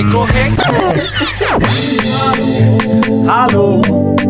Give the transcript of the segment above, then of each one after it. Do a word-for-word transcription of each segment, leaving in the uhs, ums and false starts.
korrekt. Hallå.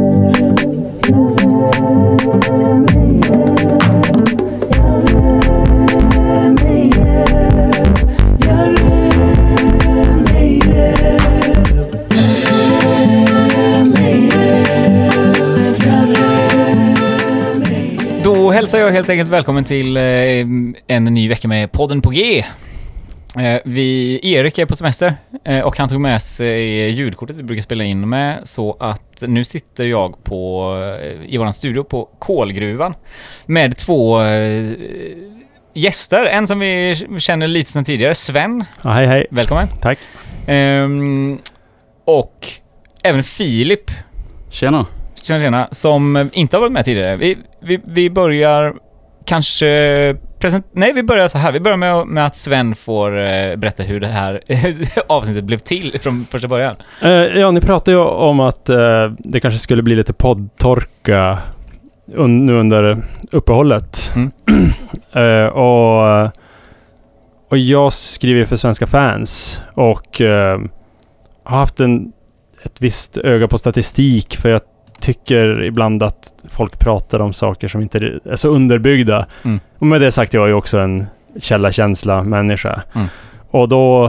Då hälsar jag helt enkelt välkommen till eh, en ny vecka med podden på G. Eh, vi, Erik är på semester eh, och han tog med sig ljudkortet vi brukar spela in med, så att nu sitter jag på, i våran studio på Kolgruvan med två eh, gäster. En som vi känner lite sedan tidigare, Sven. Ja, hej hej. Välkommen. Tack. Ehm, och även Filip. Tjena. Tjena, tjena, som inte har varit med tidigare. Vi, vi, vi börjar kanske present... Nej, vi börjar så här. Vi börjar med, med att Sven får uh, berätta hur det här avsnittet blev till från första början. Uh, ja, ni pratade ju om att uh, det kanske skulle bli lite poddtorka un- nu under uppehållet. Mm. uh, och, och jag skriver för Svenska fans och uh, har haft en, ett visst öga på statistik, för jag tycker ibland att folk pratar om saker som inte är så underbyggda. Mm. Och med det sagt, jag är ju också en källa-känsla människa. Mm. Och då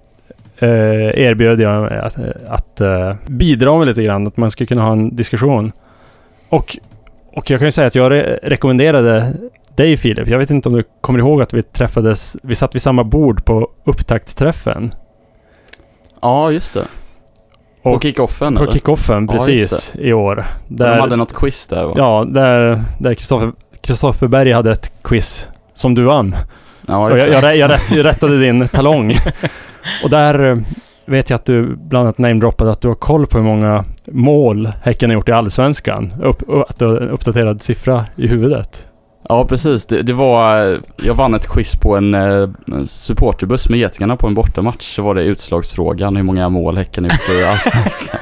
eh, erbjöd jag att, att eh, bidra med lite grann, att man skulle kunna ha en diskussion. Och, och jag kan ju säga att jag re- rekommenderade dig, Filip. Jag vet inte om du kommer ihåg att vi träffades, vi satt vid samma bord på upptaktsträffen. Ja, just det. På kickoffen, På eller? kickoffen, precis, ja, i år. Där, de hade något quiz där, va? Ja, där, där Kristoffer, Kristoffer Berg hade ett quiz som du vann. Ja, och jag, jag, jag, rätt, jag rättade din talong. Och där vet jag att du bland annat namedroppade att du har koll på hur många mål Häcken har gjort i Allsvenskan. Upp, att du har en uppdaterad siffra i huvudet. Ja, precis. Det, det var... Jag vann ett quiz på en eh, supporterbuss med Getingarna på en bortamatch. Så var det utslagsfrågan hur många mål Häcken har gjort i Allsvenskan.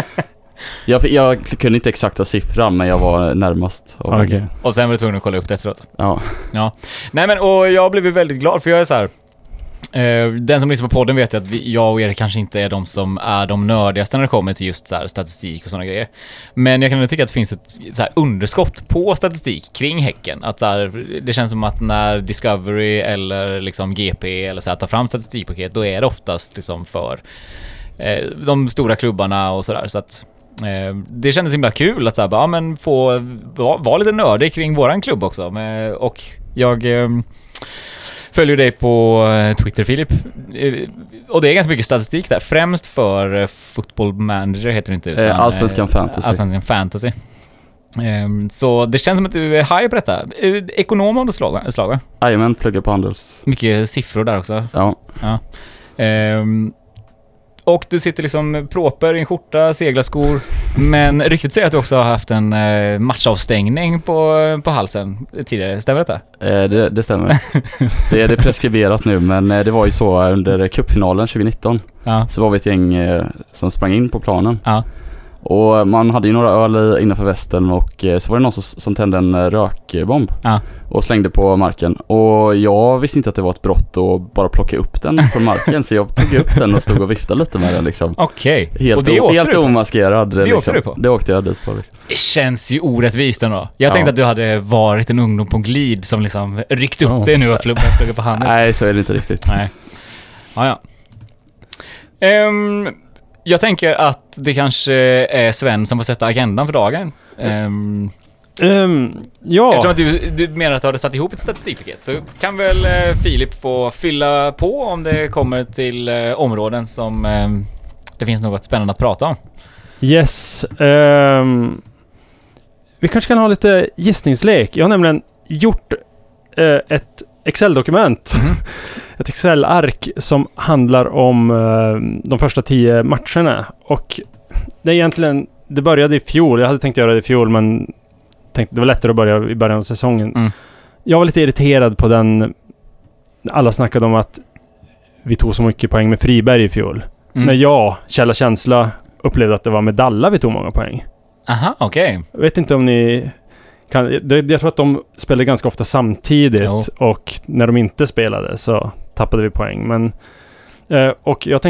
jag, jag kunde inte exakta siffran, men jag var närmast. Okay. Och sen var du tvungen att kolla upp det efteråt. Ja. Ja. Nej, men och jag blev väldigt glad, för jag är så här... Uh, den som lyssnar på podden vet att vi, jag och Erik kanske inte är de som är de nördigaste när det kommer till just så här statistik och sådana grejer. Men jag kan ändå tycka att det finns ett så här underskott på statistik kring Häcken. Att så här, det känns som att när Discovery eller liksom G P eller så här tar fram statistikpaket, då är det oftast liksom för uh, de stora klubbarna och sådär. Så att uh, det kändes himla kul att så här, ja, men få vara var lite nördig kring våran klubb också. Men, och jag... Uh, följer dig på Twitter, Filip. Och det är ganska mycket statistik där. Främst för Football Manager heter det inte. Utan, eh, Allsvenskan Fantasy. Allsvenskan Fantasy. Um, så det känns som att du är high på detta. Ekonom om du slag, slag va? Jajamän, pluggar på Handels. Mycket siffror där också. Ja. Ja. Um, och du sitter liksom proper i en skjorta, seglarskor. Men ryktet säger att du också har haft en eh, matchavstängning på, på halsen tidigare. Stämmer detta? Eh, det, det stämmer. det är det preskriberat nu, men eh, det var ju så under cupfinalen tjugonitton. Ja. Så var vi ett gäng eh, som sprang in på planen. Ja. Och man hade ju några öl innanför västen, och eh, så var det någon som, som tände en rökbomb. Ja. Och slängde på marken. Och jag visste inte att det var ett brott att bara plocka upp den från marken. Så jag tog upp den och stod och viftade lite med den liksom. Okej. Okay. Helt, o- helt omaskerad. Det liksom. åkte du på? Det åkte jag dit på liksom. Det känns ju orättvist ändå. Jag ja. tänkte att du hade varit en ungdom på glid som liksom ryckt upp oh. dig nu och pluggat på handen. Nej, så är det inte riktigt. Nej. Ja, ja. Um, jag tänker att det kanske är Sven som får sätta agendan för dagen. Um, Um, ja. Eftersom att du, du menar att du hade satt ihop ett statistikpaket, så kan väl eh, Filip få fylla på om det kommer till eh, områden som eh, det finns något spännande att prata om. Yes. Um, vi kanske kan ha lite gissningslek. Jag har nämligen gjort uh, ett Excel-dokument. Mm. Ett Excel-ark som handlar om uh, de första tio matcherna. Och det är egentligen, det började i fjol. Jag hade tänkt göra det i fjol, men tänkte det var lättare att börja i början av säsongen. Mm. Jag var lite irriterad på den. Alla snackade om att vi tog så mycket poäng med Friberg i fjol. Mm. När jag, källa känsla, upplevde att det var med Dalla vi tog många poäng. Aha, okej. Okay. Jag vet inte om ni kan... Jag tror att de spelade ganska ofta samtidigt. Jo. Och när de inte spelade så tappade vi poäng. Men, och jag tänkte att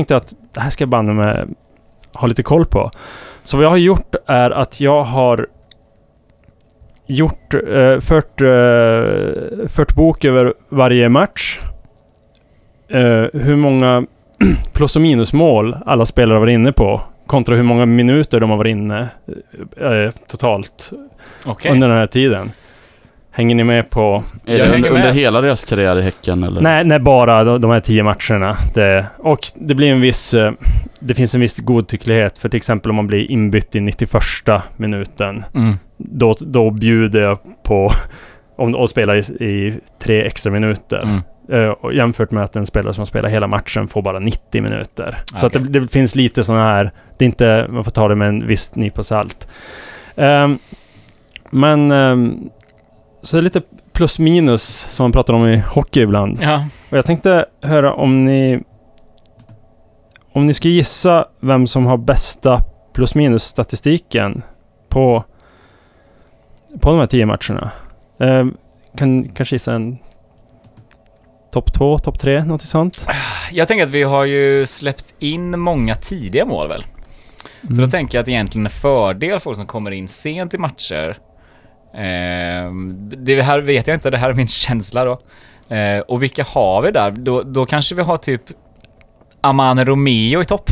det här ska jag banne med ha lite koll på. Så vad jag har gjort är att jag har gjort, eh, fört, eh, fört bok över varje match. Eh, hur många plus- och minusmål alla spelare var inne på kontra hur många minuter de har varit inne eh, totalt okay. under den här tiden. Hänger ni med på... Är det under, under hela deras karriär i Häcken? Eller? Nej, nej, bara de, de här tio matcherna. Det, och det blir en viss... Det finns en viss godtycklighet. För till exempel om man blir inbytt i nittioförsta minuten. Mm. Då, då bjuder jag på... Om och spelar i, i tre extra minuter. Mm. Uh, och jämfört med att en spelare som spelar hela matchen får bara nittio minuter. Okay. Så att det, det finns lite sådana här... Det är inte... Man får ta det med en viss nypa salt. Um, men... Um, Så det är lite plus minus som man pratar om i hockey ibland. Ja. Och jag tänkte höra om ni om ni ska gissa vem som har bästa plus minus statistiken på på de här tio matcherna. Eh, kan kanske gissa en topp två, topp tre, något sånt. Jag tänker att vi har ju släppt in många tidiga mål väl. Mm. Så då tänker jag att egentligen är fördel folk som kommer in sent i matcher. Eh, det här vet jag inte, det här är min känsla då. Eh, och vilka har vi där? Då, då kanske vi har typ Amane Romeo i topp.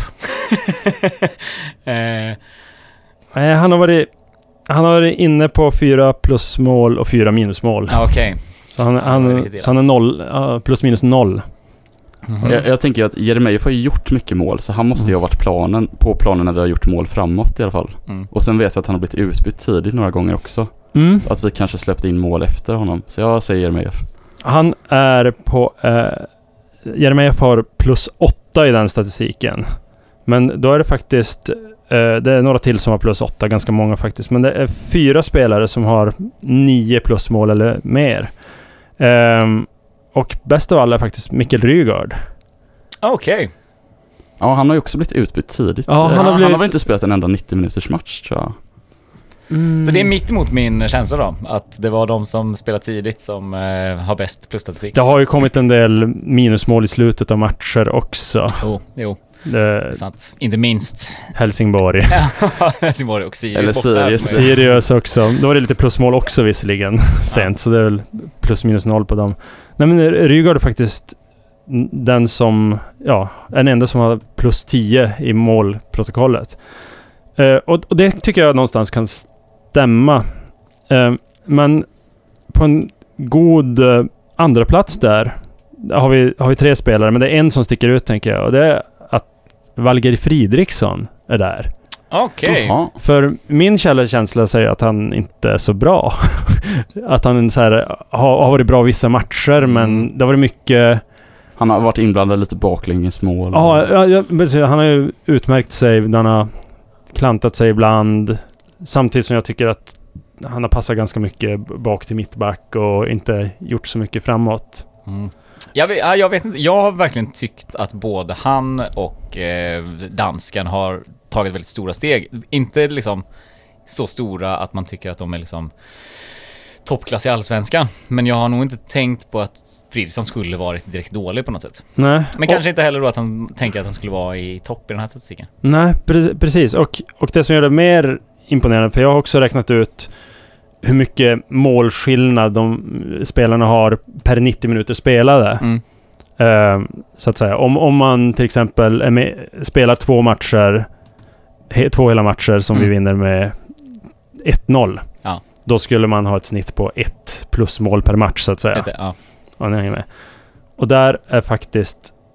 eh. Nej, han har varit han har varit inne på fyra plusmål och fyra minusmål. Ah, okej. Okay. Så han, han, så han är noll, uh, plus minus noll. Mm-hmm. Jag, jag tänker att Jeremejeff har gjort mycket mål, så han måste mm. ju ha varit planen, på planen när vi har gjort mål framåt i alla fall. Mm. Och sen vet jag att han har blivit utbytt tidigt några gånger också. Mm. Så att vi kanske släppte in mål efter honom. Så jag säger Jeremejeff. Han är på... Eh, Jeremejeff har plus åtta i den statistiken. Men då är det faktiskt... Eh, det är några till som har plus åtta, ganska många faktiskt. Men det är fyra spelare som har nio plusmål eller mer. Eh, och bäst av alla är faktiskt Mikkel Rygaard. Okej. Okay. Ja, han har ju också blivit utbytt tidigt. Ja, han, har blivit... han har väl inte spelat en enda nittio minuters match, tror jag. Mm. Så det är mitt emot min känsla då, att det var de som spelar tidigt som eh, har bäst plusstatistik. Det har ju kommit en del minusmål i slutet av matcher också. Jo, jo. Det, det är sant. Inte minst Helsingborg. Helsingborg och Sirius. Eller Sirius. Sirius också. Då var det lite plusmål också visserligen sent, ja. Så det är väl plus minus noll på dem. Nej, men Rygaard är faktiskt den som, ja, en enda som har plus tio i målprotokollet. Uh, och, och det tycker jag någonstans kan stämma. Uh, men på en god uh, andra plats där har vi, har vi tre spelare, men det är en som sticker ut, tänker jag. Och det är att Valger Fridriksson är där. Okej. Okay. För min känsla säger att han inte är så bra. Att han så här, har, har varit bra vissa matcher, mm. men det har varit mycket... Han har varit inblandad lite baklänges mål. Ja, ja, ja, han har ju utmärkt sig när han har klantat sig ibland. Samtidigt som jag tycker att han har passat ganska mycket bak till mittback och inte gjort så mycket framåt. Mm. Jag, vet, jag vet inte, jag har verkligen tyckt att både han och eh, danskan har tagit väldigt stora steg. Inte liksom så stora att man tycker att de är liksom toppklass i allsvenskan. Men jag har nog inte tänkt på att Fridriksson skulle varit direkt dålig på något sätt. Nej. Men och, kanske inte heller då att han tänker att han skulle vara i topp i den här statistiken. Nej, pre- precis. Och, och det som gör det mer imponerande, för jag har också räknat ut hur mycket målskillnad de spelarna har per nittio minuter spelade. Mm. Uh, så att säga. Om, om man till exempel är med, spelar två matcher, he, två hela matcher som mm. vi vinner med ett noll. Ja. Då skulle man ha ett snitt på ett plus mål per match, så att säga. Det, ja. Och, med. Och där är faktiskt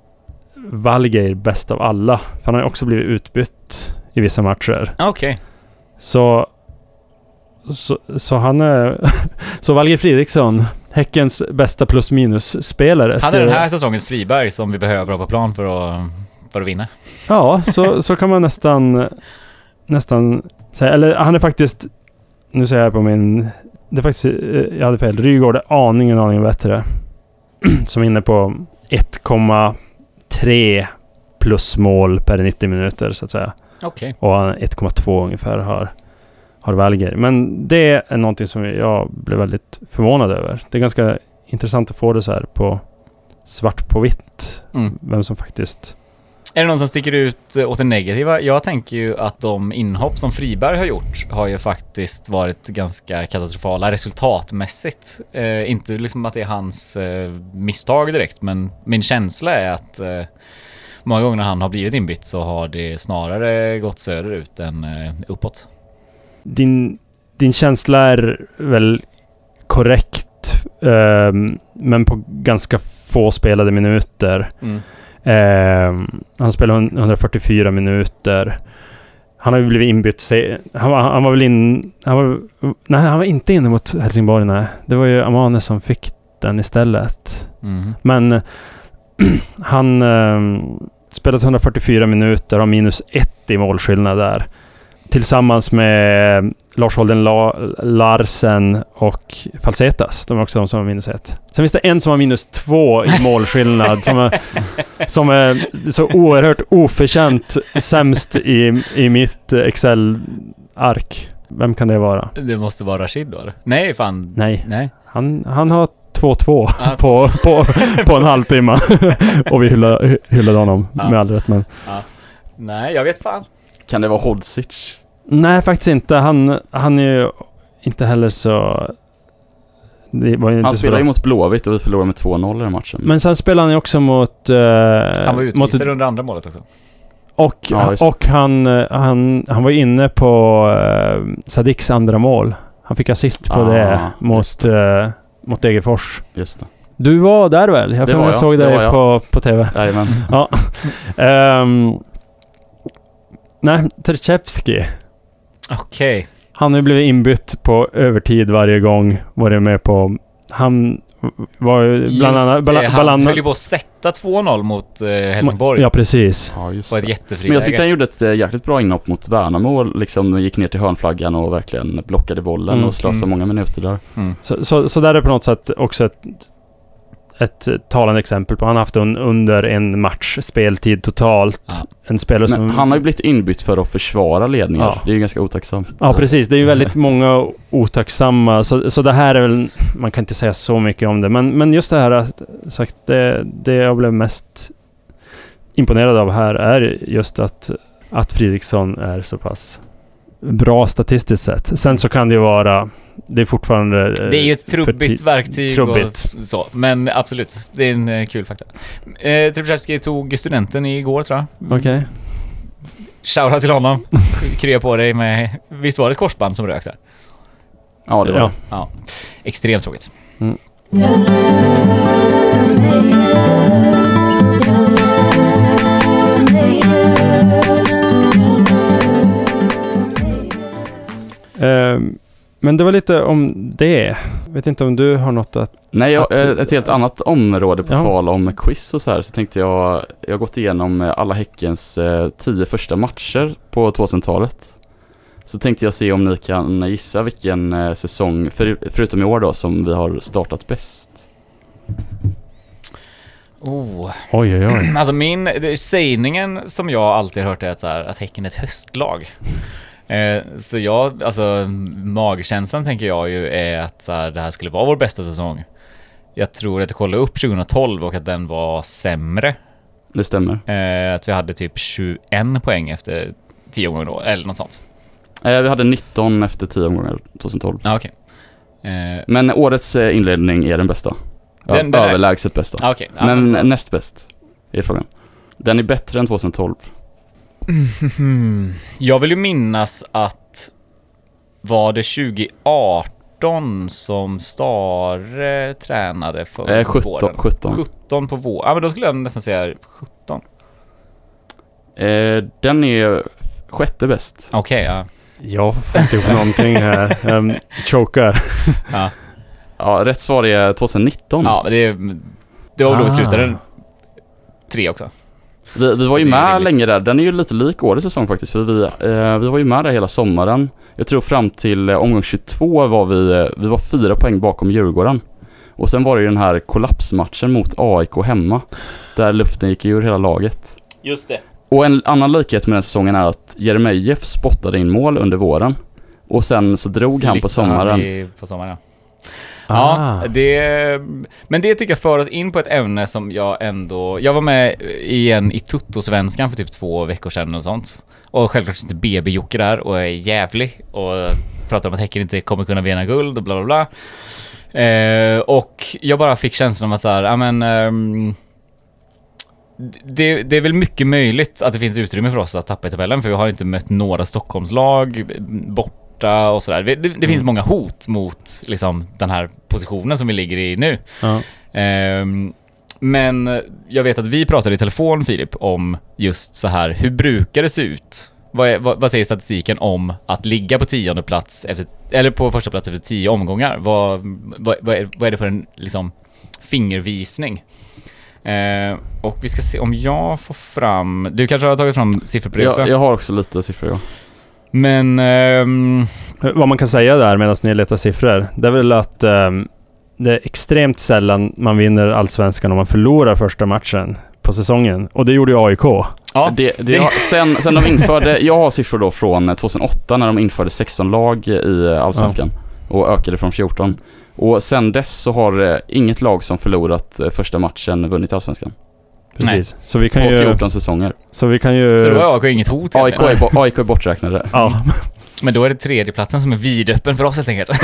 Valgeir bäst av alla. För han har också blivit utbytt i vissa matcher. Okej. Okay. Så, så så han är så Valger Fridriksson, Häckens bästa plus minus spelare. Han är den här säsongens Friberg som vi behöver ha på plan för att för att vinna. Ja, så så kan man nästan nästan säga, eller han är faktiskt, nu säger jag på min, det är faktiskt, jag hade fel, Rygaard är aningen aningen bättre. Som är inne på ett komma tre plus mål per nittio minuter, så att säga. Okej. Okay. Och ett komma två ungefär har har Valger. Men det är någonting som jag blev väldigt förvånad över. Det är ganska intressant att få det så här på svart på vitt. Mm. Vem som faktiskt Är det någon som sticker ut åt det negativa? Jag tänker ju att de inhopp som Friberg har gjort har ju faktiskt varit ganska katastrofala resultatmässigt. Eh, inte liksom att det är hans eh, misstag direkt, men min känsla är att eh, många gånger när han har blivit inbytt så har det snarare gått söderut än eh, uppåt. Din, din känsla är väl korrekt, eh, men på ganska få spelade minuter. Mm. Eh, han spelade hundrafyrtiofyra minuter. Han har ju blivit inbytt. Han var, han var väl in... Han var, nej, han var inte inne mot Helsingborg, nej. Det var ju Amane som fick den istället. Mm. Men han eh, spelade hundrafyrtiofyra minuter och minus ett i målskillnad där. Tillsammans med Lars Holden La- Larsen och Falsetas. De är också de som har minus ett. Sen finns det en som har minus två i målskillnad som, är, som är så oerhört oförtjänt sämst i, i mitt Excel-ark. Vem kan det vara? Det måste vara Rashid då? Nej, fan. Nej. Nej. Han, han har två två ah, på, på, på en halvtimme. Och vi hyllade, hyllade honom ah. med all rätt. Men... Ah. Nej, jag vet fan. Kan det vara Hodzic? Nej, faktiskt inte. Han, han är ju inte heller så... Det var ju inte han så spelade bra. ju mot Blåvitt och vi förlorade med två noll i den matchen. Men sen spelade han ju också mot... Uh, han var utvisad mot, under andra målet också. Och, ja, och han, han, han var inne på uh, Sadiks andra mål. Han fick assist på ah, det mot, uh, mot Degerfors. Just det. Du var där väl? Jag, det var jag jag. såg dig det på, på tv. Jajamän. Ja. um, nej, Terchevski. Okej. Okay. Han har ju blivit inbytt på övertid varje gång. Varit med på... Han var ju bland annat... Bala, han höll ju på att sätta två noll mot eh, Helsingborg. Ja, precis. Ja, just på ett det. jättefri Men jag tyckte han gjorde ett äh, jäkligt bra inhopp mot Värnamo och liksom gick ner till hörnflaggan och verkligen blockade bollen mm. och slösade mm. många minuter där. Mm. Så, så, så där är på något sätt också ett, ett talande exempel på. Han har haft un, under en match speltid totalt. Ja. En spelare som... Men han har ju blivit inbytt för att försvara ledningar. Ja. Det är ju ganska otacksamt. Ja, precis. Det är ju väldigt många otacksamma. Så, så det här är väl... Man kan inte säga så mycket om det. Men, men just det här att sagt, det, det jag blev mest imponerad av här är just att, att Fridriksson är så pass bra statistiskt sett. Sen så kan det ju vara... Det är fortfarande... Det är ju ett trubbigt t- verktyg trubbigt. Och så. Men absolut, det är en uh, kul fakta. Eh, Trepchevski tog studenten igår, tror jag. Okej. Okay. Shoutout till honom. Krya på dig med... Visst var det ett korsband som rök där? Ja, det var ja. ja. Extremt tråkigt. Mm. Um, Men det var lite om det. Vet inte om du har något att... Nej, jag, att, ett helt annat område på ja. tal om quiz och så här. Så tänkte jag, jag har gått igenom alla Häckens eh, tio första matcher på tvåtusentalet. Så tänkte jag se om ni kan gissa vilken eh, säsong, för, förutom i år då, som vi har startat bäst. Oh. Oj, oj, oj. Alltså min, det, sägningen som jag alltid har hört är att, så här, att Häcken är ett höstlag. Eh, så jag, alltså magkänslan tänker jag ju är att så här, det här skulle vara vår bästa säsong. Jag tror att jag kollade upp tjugotolv och att den var sämre. Det stämmer. Eh, att vi hade typ tjugoen poäng efter tio omgångar då, eller något sånt. Eh, vi hade nitton efter tio omgångar tjugotolv. Ah, okay. eh, Men årets eh, inledning är den bästa. Ja, den, den överlägset är... bästa. Ah, okay. ah, men men... näst bäst är frågan. Den är bättre än tjugotolv. Mm. Jag vill ju minnas att var det tjugoarton som Stare tränade för eh, sjutton, våren? sjutton. sjutton på våren. Ja, men då skulle jag nästan säga sjutton. Eh, den är sjätte bäst. Okej, okay, ja. Jag får inte ihop någonting här. Um, chokar. Ja. Ja, rätt svar är tjugonitton. Ja, det, det var då vi slutade tre också. Vi, vi var ju med länge där. Den är ju lite lik årets säsong faktiskt. För vi, eh, vi var ju med där hela sommaren. Jag tror fram till eh, omgång tjugotvå var vi, eh, vi var fyra poäng bakom Djurgården. Och sen var det ju den här kollapsmatchen mot A I K hemma. Där luften gick ur hela laget. Just det. Och en annan likhet med den säsongen är att Jeremejeff spottade in mål under våren. Och sen så drog han på sommaren. Han på sommaren, ja. Ja, det, men det tycker jag för oss in på ett ämne som jag ändå... Jag var med igen i Toto-svenskan för typ två veckor sedan och sånt. Och självklart inte B B-Jocke där och är jävlig och pratar om att Häcken inte kommer kunna vinna guld och bla bla bla. Eh, och jag bara fick känslan av att så här, ja men... Um, det, det är väl mycket möjligt att det finns utrymme för oss att tappa i tabellen, för vi har inte mött några Stockholmslag borta och sådär. Det, det mm. finns många hot mot liksom, den här positionen som vi ligger i nu. Ja. Eh, men jag vet att vi pratade i telefon, Filip, om just så här, hur brukar det se ut? Vad, är, vad, vad säger statistiken om att ligga på tionde plats efter, eller på första plats efter tio omgångar? Vad, vad, vad, är, vad är det för en liksom, fingervisning? Eh, och vi ska se om jag får fram... Du kanske har tagit fram siffror på det också? Jag, jag har också lite siffror, ja. Men... Ehm... Vad man kan säga där medan ni letar siffror, det är väl att um, det är extremt sällan man vinner allsvenskan om man förlorar första matchen på säsongen. Och det gjorde ju A I K. Ja, det, det, det. Har, sen, sen de införde... Jag har siffror då från tjugohundraåtta när de införde sexton lag i allsvenskan. Ja. Och ökade från fjorton. Och sen dess så har inget lag som förlorat första matchen vunnit allsvenskan. Precis. Så vi kan på ju, fjorton säsonger. Så vi kan ju... Så då är A I K inget hot. A I K är, bo, A I K är borträknade. Ja. Men då är det tredje platsen som är vidöppen för oss helt enkelt.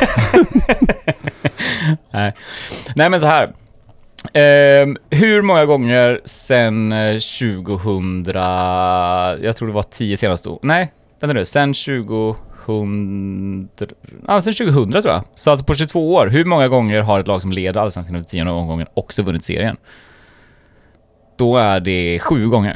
Nej. Nej, men så här. Eh, hur många gånger sen tjugohundra... Jag tror det var tio senast då. Nej, vänta nu. Sen tjugohundra... Ja, sen tjugohundra tror jag. Så alltså på tjugotvå år, hur många gånger har ett lag som leder allsvenskan under tionde omgången också vunnit serien? Då är det sju gånger.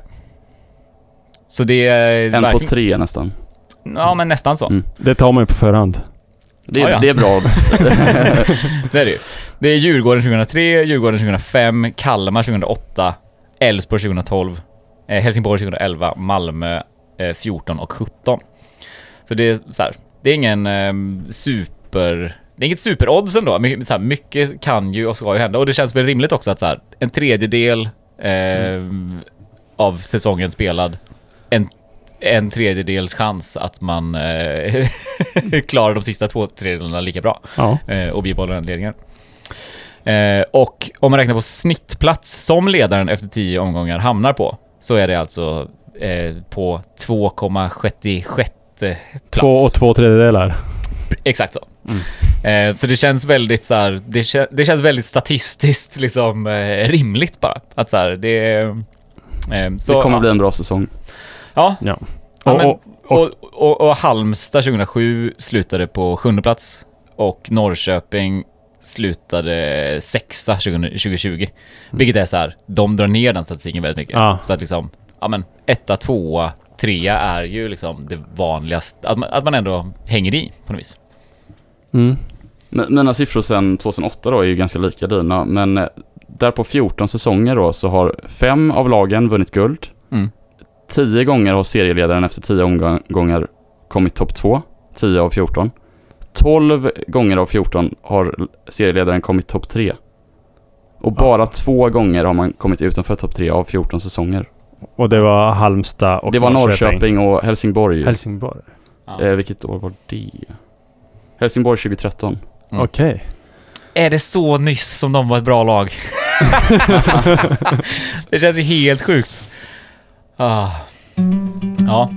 Så det är en verkligen... på tre nästan. Ja, men nästan så. Mm. Det tar man ju på förhand. Det är, ja, ja. det är bra odds. Det är det ju. Det är Djurgården tjugohundratre, Djurgården tjugohundrafem, Kalmar tjugohundraåtta, Elfsborg tjugohundratolv, eh, Helsingborg tjugohundraelva, Malmö eh, fjorton och sjutton. Så det är så här, det är ingen eh, super... Det är inget superodds ändå. My, så här, mycket kan ju och ska ju hända. Och det känns väl rimligt också att så här, en tredjedel eh, mm. av säsongen spelad, en, en tredjedels chans att man eh, klarar de sista två tredjedelarna lika bra. Ja. Eh, och bibehåller den ledningen. Eh, och om man räknar på snittplats som ledaren efter tio omgångar hamnar på, så är det alltså eh, på två komma sjuttiosju plats. Två och två tredjedelar. Exakt så. Mm. Eh, så det känns väldigt så här, det, kä- det känns väldigt statistiskt liksom eh, rimligt bara att så här, det eh, så, det kommer ja. bli en bra säsong. Ja. Ja. ja och, men, och, och, och, och Halmstad tjugohundrasju slutade på sjunde plats och Norrköping slutade sexa tjugohundratjugo. Mm. Vilket är så här, de drar ner den statistiken väldigt mycket. Ja. Så att liksom, ja men etta, tvåa, trea är ju liksom det vanligaste, att man, att man ändå hänger i på något vis. Mm. Mina siffror sen tjugohundraåtta då är ju ganska lika dina, men där på fjorton säsonger då så har fem av lagen vunnit guld. Mm. tio gånger har serieledaren efter tio omgångar kommit topp två, tio av fjorton. tolv gånger av fjorton har serieledaren kommit topp tre. Och bara ja. två gånger har man kommit utanför topp tre av fjorton säsonger. Och det var Halmstad och det var Norrköping, Norrköping och Helsingborg. Helsingborg. Ja. Eh, vilket år var det? Helsingborg tjugotretton. Mm. Okej. Okay. Är det så nyss som de var ett bra lag? Det känns ju helt sjukt. Ah. Ja.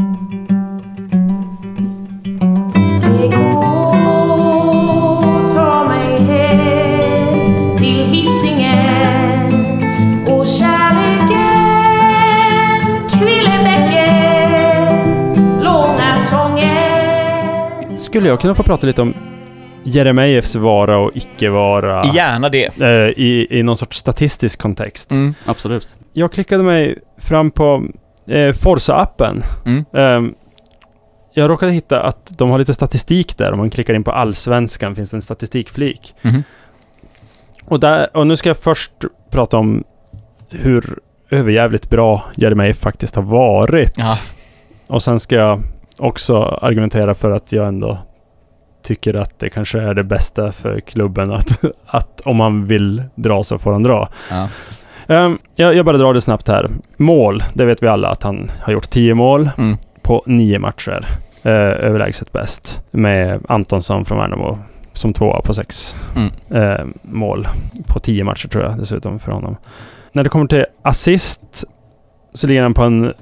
Skulle jag kunna få prata lite om Jeremejeffs vara och icke-vara? Gärna det. Eh, i, I någon sorts statistisk kontext. Mm. Absolut. Jag klickade mig fram på eh, Forza-appen. Mm. Eh, jag råkade hitta att de har lite statistik där. Om man klickar in på Allsvenskan finns det en statistikflik. Mm. Och, där, och nu ska jag först prata om hur överjävligt bra Jeremejeff faktiskt har varit. Ja. Och sen ska jag också argumentera för att jag ändå tycker att det kanske är det bästa för klubben att, att om man vill dra så får han dra. Ja. Um, jag, jag bara drar det snabbt här. Mål, det vet vi alla att han har gjort tio mål mm. på nio matcher. Uh, överlägset bäst. Med Antonsson från Värnamo som tvåa på sex mm. eh, mål på tio matcher tror jag dessutom för honom. När det kommer till assist så ligger han på en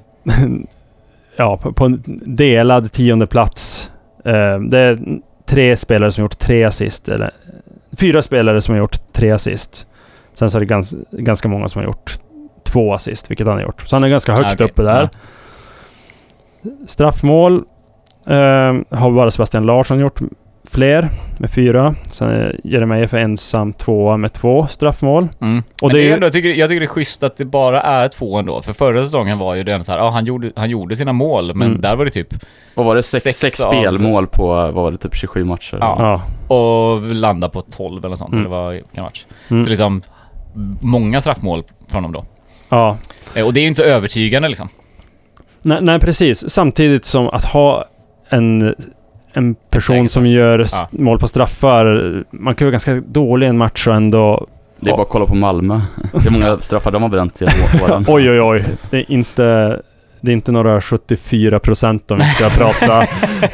ja, på, på en delad tionde plats. Eh, det är tre spelare som gjort tre assist eller fyra spelare som har gjort tre assist. Sen så är det gans, ganska många som har gjort två assist, vilket han har gjort. Så han är ganska högt okay. uppe där. Ja. Straffmål eh, har bara Sebastian Larsson gjort fler med fyra. Sen är Jeremejeff ensam tvåa med två straffmål. Mm. Och det, det är ändå, jag, tycker, jag tycker det är schysst att det bara är två ändå. För förra säsongen var ju det så här, ja, han gjorde han gjorde sina mål, men mm. där var det typ vad var det sex, sex, sex spelmål på vad var det typ tjugosju matcher. Ja. ja. Och landa på tolv eller sånt mm. eller vad kan match. Mm. Så liksom många straffmål från dem då. Ja. Och det är ju inte så övertygande liksom. Nej, nej precis. Samtidigt som att ha en en person som gör ja. mål på straffar, man kan ju vara ganska dålig i en match och ändå... Det är bara att kolla på Malmö. Det är många straffar de har bränt i åren. Oj, oj, oj. Det är inte, det är inte några sjuttiofyra procent om vi ska prata,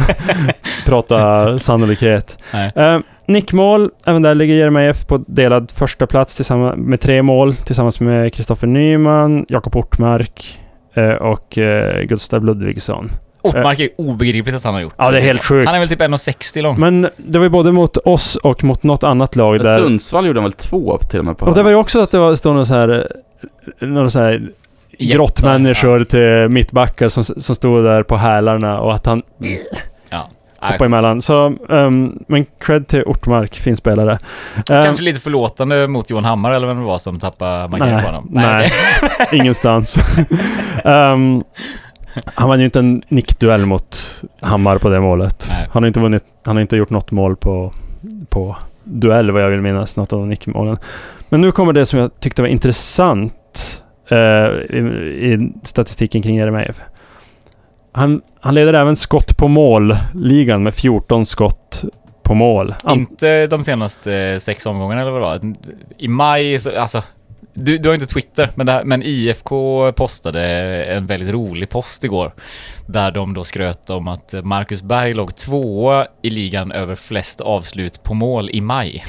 prata sannolikhet. Uh, nickmål, även där ligger Jeremejeff på delad första plats tillsammans med tre mål tillsammans med Kristoffer Nyman, Jakob Ortmark uh, och uh, Gustav Ludvigsson. Ortmark är obegripligt att han har gjort. Ja, det är helt sjukt. Han är väl typ en sextio lång. Men det var ju både mot oss och mot något annat lag där. Sundsvall gjorde han väl två till och med på. Och det var ju också att det var stod någon så här någon så här grottmänniskor ja. till mittbackar som, som stod där på hälarna och att han ja. hoppade emellan. Så, um, men cred till Ortmark, fin spelare. Kanske um, lite förlåtande mot Johan Hammar eller vem det var som tappade markeringen på honom. Nej, nej. ingenstans. um, Han vann ju inte en nickduell mot Hammar på det målet. Nej. Han har inte vunnit, han har inte gjort något mål på, på duell vad jag vill minnas, något av de nickmålen. Men nu kommer det som jag tyckte var intressant eh, i, i statistiken kring Jeremejeff. Han, han leder även skott på mål-ligan med fjorton skott på mål. Inte de senaste sex omgångarna eller vad det var. I maj, så, alltså Du, du har inte Twitter, men, det här, men I F K postade en väldigt rolig post igår där de då skröt om att Marcus Berg låg tvåa i ligan över flest avslut på mål i maj.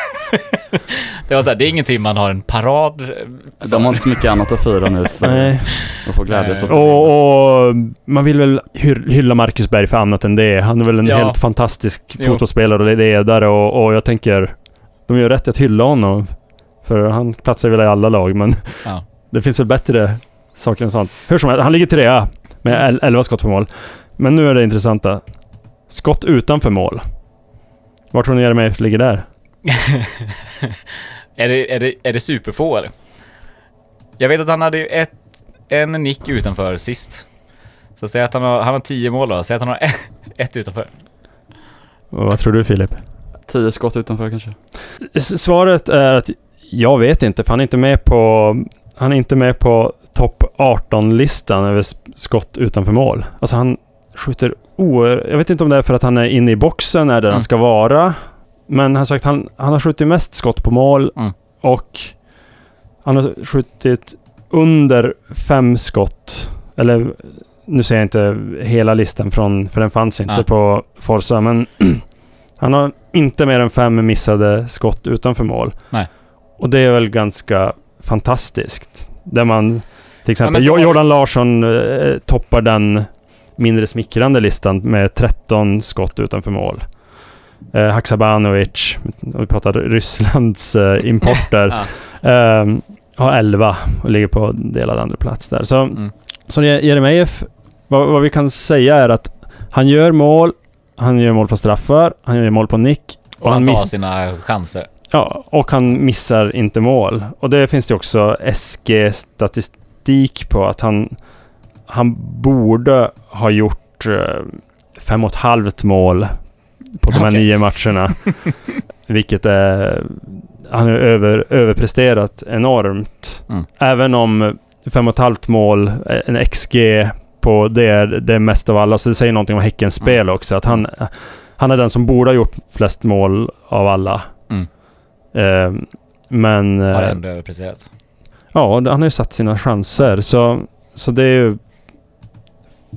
Det var så här, det är ingenting man har en parad för. De har inte så mycket annat att fira nu så Nej. man får glädjas åt och, och man vill väl hylla Marcus Berg för annat än det. Han är väl en ja. helt fantastisk jo. fotbollsspelare och ledare och, och jag tänker de gör rätt att hylla honom. För han platsar väl i alla lag, men ja. det finns väl bättre saker än sånt. Hur som helst, han ligger trea med elva skott på mål. Men nu är det intressanta. Skott utanför mål. Var tror ni Jeremejeff ligger där? är, det, är, det, är det superfå eller? Jag vet att han hade ett, en nick utanför sist. Så säg att han har, han har tio mål då. Säg att han har ett, ett utanför. Och vad tror du Filip? Tio skott utanför kanske. S- svaret är att jag vet inte, för han är inte med på han är inte med på topp arton-listan över skott utanför mål. Alltså han skjuter oer... Jag vet inte om det är för att han är inne i boxen är där mm. han ska vara. Men han har sagt han han har skjutit mest skott på mål mm. och han har skjutit under fem skott. Eller nu säger jag inte hela listan från för den fanns inte ja. på Forza, men han har inte mer än fem missade skott utanför mål. Nej. Och det är väl ganska fantastiskt. Där man till exempel ja, Jordan vi... Larsson eh, toppar den mindre smickrande listan med tretton skott utanför mål. Eh, Haksabanovic, vi pratar Rysslands eh, importer, ja. eh, har elva och ligger på delad andra plats där. Så, mm. så Jeremejeff, vad, vad vi kan säga är att han gör mål, han gör mål på straffar, han gör mål på nick. Och, och han tar miss- sina chanser. Ja, och han missar inte mål. Och det finns det också S G-statistik på att han han borde ha gjort eh, fem och ett halvt mål på de här okay. nio matcherna. Vilket är han har över, överpresterat enormt. Mm. Även om fem och ett halvt mål, en X G på det är det mest av alla. Så det säger någonting om Häckens spel mm. också. Att han, han är den som borde ha gjort flest mål av alla. Mm. Eh, men... Har han ändå överpresterat? Ja, han har ju satt sina chanser. Så, så det är ju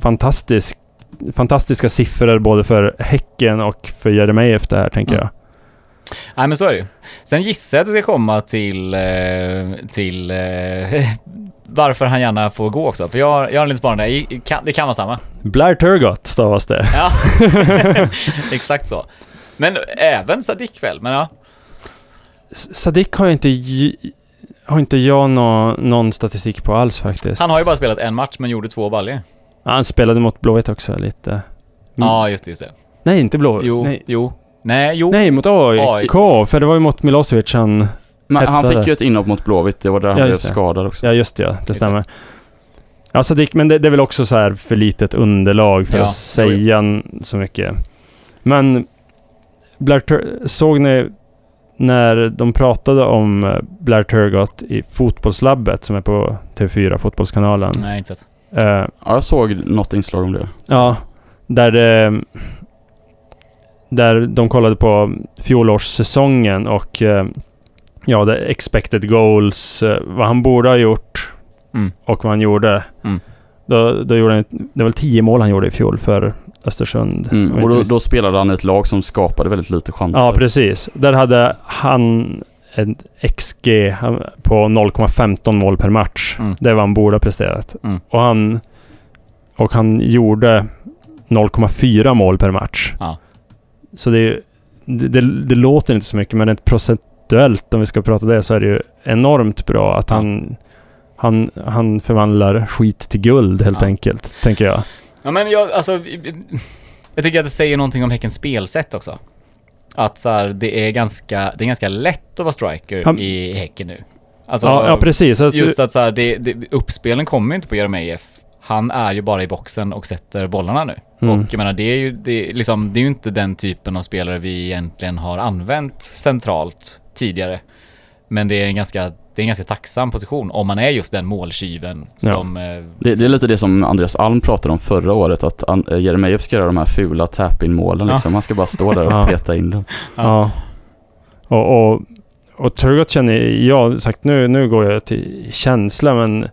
fantastisk, fantastiska siffror både för Häcken och för Jeremejeff det här, tänker mm. jag. Nej, men så är det ju. Sen gissar jag att du ska komma till, eh, till eh, varför han gärna får gå också. För jag, jag har en lite sparande. Det kan vara samma. Blair Turgott stavas det. Ja, exakt så. Men även Sadik väl, men ja. Sadik har jag inte... Har inte jag nå, någon statistik på alls faktiskt. Han har ju bara spelat en match men gjorde två baljor. Ja, han spelade mot Blåvitt också lite. Mm. Ja, just det, just det. Nej, inte Blåvitt. Jo, Nej. jo. Nej, jo. Nej, mot A I K. För det var ju mot Milosevic han Men hetsade. han fick ju ett inhopp mot Blåvitt. Det var där han ja, blev skadad också. Ja, just det. Ja, det stämmer. Ja, Sadik, men det, det är väl också så här för litet underlag för ja, att säga jo. så mycket. Men Blair Tur- såg ni när de pratade om Blair Turgott i Fotbollslabbet som är på T V fyra, Fotbollskanalen. Nej, inte sett. Uh, ja, jag såg något inslag om det. Ja, där det, där de kollade på fjolårssäsongen och uh, ja, det expected goals, uh, vad han borde ha gjort mm. och vad han gjorde. Mm. Då, då gjorde han, det var väl tio mål han gjorde i fjol för Östersund. Mm, och då, då spelade han i ett lag som skapade väldigt lite chanser. Ja, precis. Där hade han en X G på noll komma femton mål per match. Mm. Det var han borde ha presterat. Mm. Och han och han gjorde noll komma fyra mål per match. Ja. Så det, det, det, det låter inte så mycket, men ett procentuellt, om vi ska prata det, så är det ju enormt bra att ja. han han han förvandlar skit till guld helt ja. enkelt, tänker jag. Ja, men jag, alltså, jag tycker att det säger någonting om Häckens spelsätt också. Att så här, det är ganska det är ganska lätt att vara striker Han, i Häcken nu. Alltså, ja, ja, precis. Att just att så här, det, det, uppspelen kommer inte på Jeremejeff. Han är ju bara i boxen och sätter bollarna nu. Mm. Och jag menar, det är ju det är liksom det är ju inte den typen av spelare vi egentligen har använt centralt tidigare. Men det är en ganska det är en ganska tacksam position om man är just den måltjuven som... Ja. Eh, det, det är lite det som Andreas Alm pratade om förra året, att an, eh, Jeremejeff ska göra de här fula tap-in-målen. Ja. Liksom. Man ska bara stå där och ja. peta in dem. Ja. ja. Och, och, och Turgott känner jag, sagt nu, nu går jag till känsla, men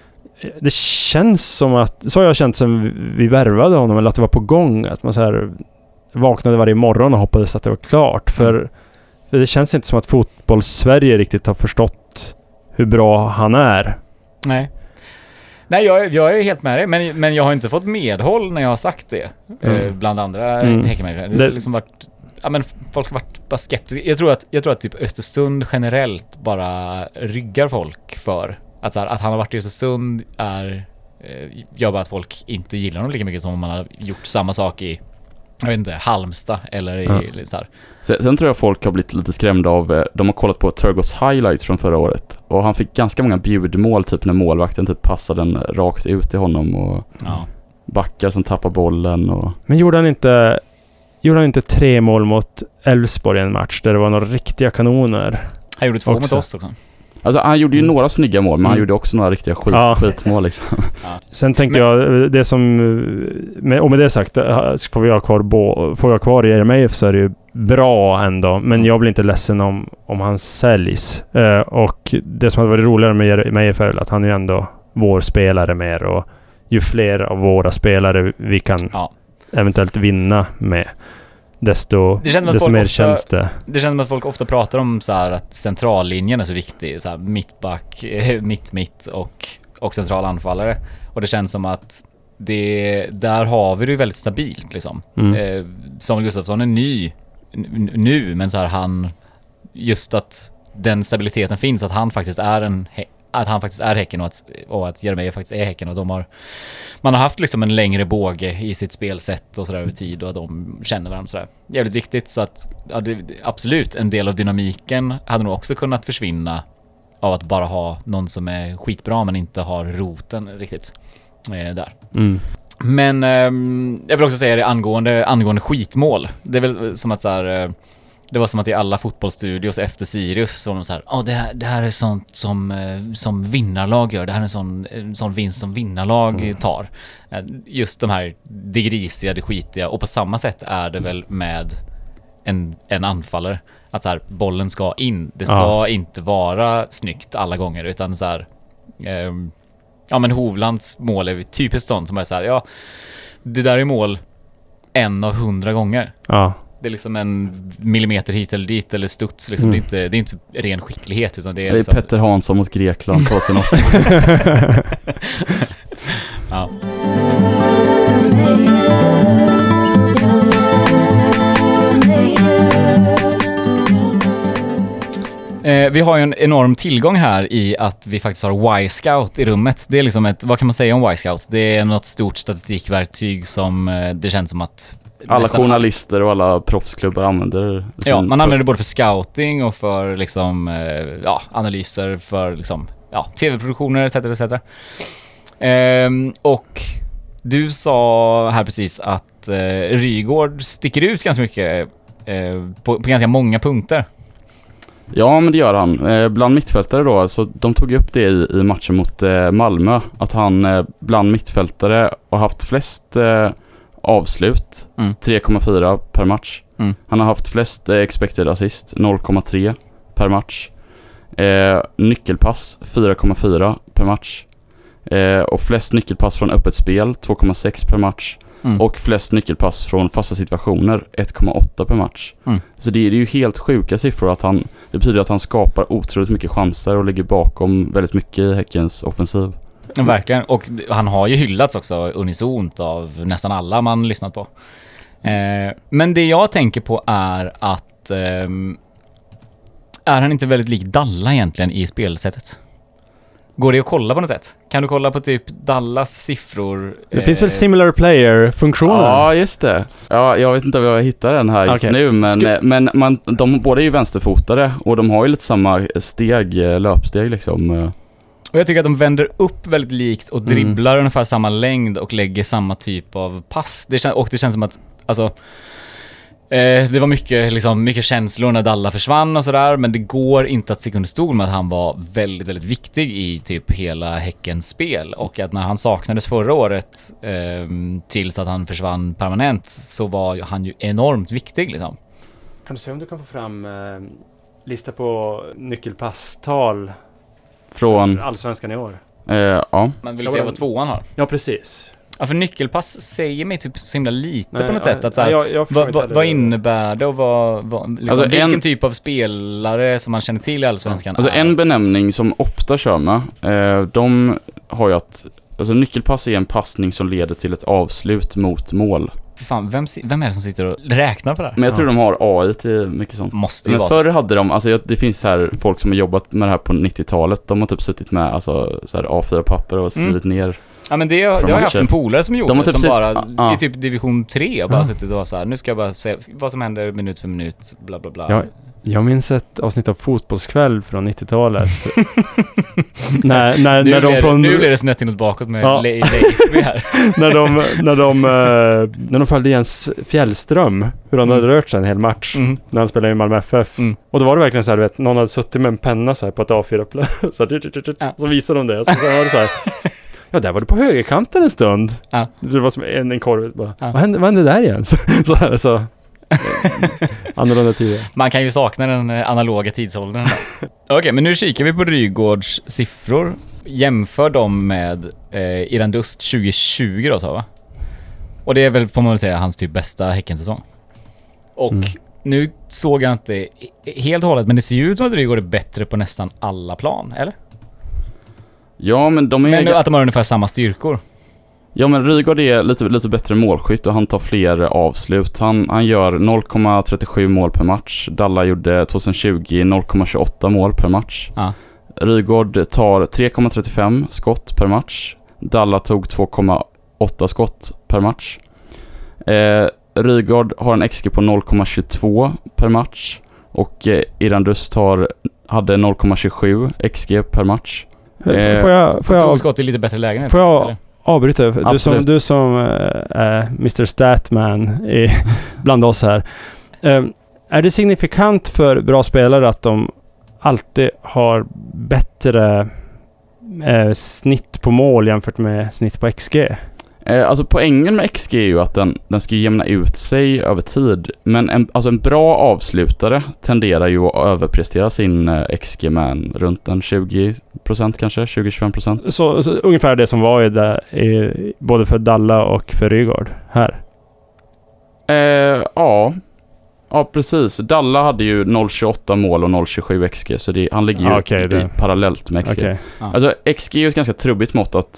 det känns som att, så har jag känt sen vi värvade honom, eller att det var på gång, att man så här vaknade varje morgon och hoppades att det var klart. För, mm. för det känns inte som att fotboll-Sverige riktigt har förstått hur bra han är. Nej. Nej, jag, jag är helt med dig, men, men jag har inte fått medhåll när jag har sagt det. Mm. Eh, bland andra mm. Häckenmänniskor. Det har liksom varit, ja, men folk har varit bara skeptiska. Jag tror att, jag tror att typ Östersund generellt bara ryggar folk för. Att, så här, att han har varit i Östersund är, eh, gör bara att folk inte gillar honom lika mycket som om man har gjort samma sak i, jag vet inte, Halmstad eller i, mm. så här. Sen, sen tror jag folk har blivit lite skrämda av, de har kollat på Turgotts highlights från förra året och han fick ganska många bjudmål typ när målvakten typ passade den rakt ut till honom och ja. backar som tappar bollen och... Men gjorde han inte gjorde han inte tre mål mot Elfsborg i en match där det var några riktiga kanoner? Han gjorde två också. mot oss också. Alltså han gjorde ju mm. några snygga mål, men han mm. gjorde också några riktiga skit, ja. skitmål liksom. Ja. Sen tänkte men... jag, det som, med, och med det sagt, får vi ha kvar, bo, får jag kvar i Jeremejeff så är det ju bra ändå, men mm. jag blir inte ledsen om, om han säljs. Uh, och det som hade varit roligare med Jeremejeff är att han är ju ändå vår spelare mer, och ju fler av våra spelare vi kan ja. eventuellt vinna med, desto, desto mer ofta, känns det. Det känns som att folk ofta pratar om så här att centrallinjen är så viktig, så här mittback, mitt mitt och och central anfallare, och det känns som att det där har vi det väldigt stabilt liksom. Mm. Eh, Samuel Gustafsson är ny n- nu, men så här han just att den stabiliteten finns, att han faktiskt är en att han faktiskt är Häcken och att, och att Jeremejeff faktiskt är Häcken, och de har man har haft liksom en längre båge i sitt spelsätt och sådär över tid, och de känner varandra sådär. Jävligt viktigt, så att ja, det, absolut en del av dynamiken hade nog också kunnat försvinna av att bara ha någon som är skitbra men inte har roten riktigt eh, där. Mm. Men eh, jag vill också säga det angående, angående skitmål. Det är väl som att så här, eh, det var som att i alla fotbollsstudios efter Sirius så var de så här, ja, oh, det, här, det här är sånt som, eh, som vinnarlag gör. Det här är en sån, en sån vinst som vinnarlag mm. tar. Eh, just de här, det grisiga, det skitiga. Och på samma sätt är det väl med en, en anfallare. Att så här, bollen ska in. Det ska ja. inte vara snyggt alla gånger, utan så här, eh, ja, men Hovlands mål är typiskt sånt som är så här, ja, det där är mål en av hundra gånger. Ja. Det är liksom en millimeter hit eller dit eller studs liksom. Mm. Det, är inte, det är inte ren skicklighet utan det är, det är liksom... Petter Hansson mot Grekland tjugohundraåtta. Ja. Eh, vi har ju en enorm tillgång här i att vi faktiskt har Y-Scout i rummet. Det är liksom ett, vad kan man säga om Y-Scout? Det är något stort statistikverktyg som eh, det känns som att alla journalister och alla proffsklubbar använder. Ja, man använder det både för scouting och för liksom, eh, ja, analyser för liksom, ja, tv-produktioner et cetera et cetera. Eh, och du sa här precis att eh, Rygaard sticker ut ganska mycket eh, på, på ganska många punkter. Ja, men det gör han. Eh, bland mittfältare då, så de tog upp det i, i matchen mot eh, Malmö. Att han eh, bland mittfältare har haft flest eh, avslut, mm. tre komma fyra per match. Mm. Han har haft flest eh, expected assist, noll komma tre per match. Eh, nyckelpass, fyra komma fyra per match. Eh, och flest nyckelpass från öppet spel, två komma sex per match. Mm. Och flest nyckelpass från fasta situationer, ett komma åtta per match. Mm. Så det är, det är ju helt sjuka siffror. Att han, det betyder att han skapar otroligt mycket chanser och ligger bakom väldigt mycket i Häckens offensiv. Ja, verkligen. Och han har ju hyllats också unisont av nästan alla man lyssnat på. Eh, men det jag tänker på är att eh, är han inte väldigt lik Dalla egentligen i spelsättet? Går det att kolla på något sätt? Kan du kolla på typ Dallas siffror? Det eh... finns väl similar player-funktionen? Ja, just det. Ja, jag vet inte om jag hittar den här just okay. nu, men, Sku- men man, de båda är ju vänsterfotade och de har ju lite samma steg, löpsteg liksom. Och jag tycker att de vänder upp väldigt likt och dribblar mm. ungefär samma längd och lägger samma typ av pass. Det kän- och det känns som att, alltså... Eh, det var mycket, liksom, mycket känslor när Dalla försvann och sådär, men det går inte att sticka under stol med att han var väldigt, väldigt viktig i typ hela Häckens spel. Och att när han saknades förra året eh, tills att han försvann permanent så var han ju enormt viktig liksom. Kan du se om du kan få fram eh, lista på nyckelpasstal från Allsvenskan i år? Eh, ja. Man vill se vad tvåan har. Ja, precis. Ja, för nyckelpass säger mig typ så himla lite nej, på något ja, sätt. Att så här, jag, jag vad, vad, vad innebär det och vad, vad, liksom, alltså vilken en, typ av spelare som man känner till i Allsvenskan alltså är? En benämning som Opta kör med, eh, de har ju att alltså nyckelpass är en passning som leder till ett avslut mot mål. Fan, vem, vem är det som sitter och räknar på det här? Men jag tror ja. de har A I till mycket sånt. Måste ju Men vara förr så. hade de, alltså det finns här folk som har jobbat med det här på nittiotalet. De har typ suttit med alltså, så här A fyra-papper och skrivit mm. ner. Ja, men det, det har jag haft en polare som gjorde, typ som sitt, bara ah, i typ division tre och bara ja. suttit och var så här, nu ska jag bara se vad som händer minut för minut, bla bla bla. Ja, jag minns ett avsnitt av Fotbollskväll från nittiotalet. när, när, nu, när de blir från, det, nu blir det snett inåt bakåt med ja. Leif här. när, de, när, de, när de följde Jens Fjällström, hur han mm. hade rört sig en hel match mm. när han spelade i Malmö F F. Mm. Och då var det verkligen så här, du vet, någon hade suttit med en penna så här på ett A fyra så, här, ja. så visade de det. Så, så var det så här... Ja, där var det på högerkanten en stund. Ja. Det var som en, en korv. Bara, ja. vad, hände, vad hände där igen? Så, så här, så. Annorlunda tider. Man kan ju sakna den analoga tidsåldern. Okej, okay, men nu kikar vi på Rygaards siffror. Jämför dem med eh, Irandust tjugo tjugo då, så va? Och det är väl, får man väl säga, hans typ bästa Häckensäsong. Och mm. nu såg jag inte helt och hållet, men det ser ju ut som att Rygaard är bättre på nästan alla plan, eller? Ja, men de är... Men att de har ungefär samma styrkor. Ja, men Rygaard är lite, lite bättre målskytt och han tar fler avslut. Han, han gör noll komma trettiosju mål per match. Dalla gjorde tjugohundratjugo noll komma tjugoåtta mål per match. Ah. Rygaard tar tre komma trettiofem skott per match. Dalla tog två komma åtta skott per match. Eh, Rygaard har en X G på noll komma tjugotvå per match. Och eh, Irandust har, hade noll komma tjugosju X G per match. Eh, får jag, får jag, två skott i lite bättre lägen. Får jag eller? avbryta? Du som, du som är uh, mister Statman i, bland oss här. Uh, är det signifikant för bra spelare att de alltid har bättre uh, snitt på mål jämfört med snitt på X G? Eh, alltså poängen med X G är ju att den, den ska jämna ut sig över tid. Men en, alltså en bra avslutare tenderar ju att överprestera sin eh, X G med en, runt en tjugo procent kanske, tjugo till tjugofem procent. Så, så ungefär det som var i det, i, både för Dalla och för Rygaard här? Eh, ja. Ja, precis. Dalla hade ju noll komma tjugoåtta mål och noll komma tjugosju X G, så det, han ligger ju ah, okay, i, det... parallellt med X G. Okay. Ah. Alltså X G är ju ett ganska trubbigt mått att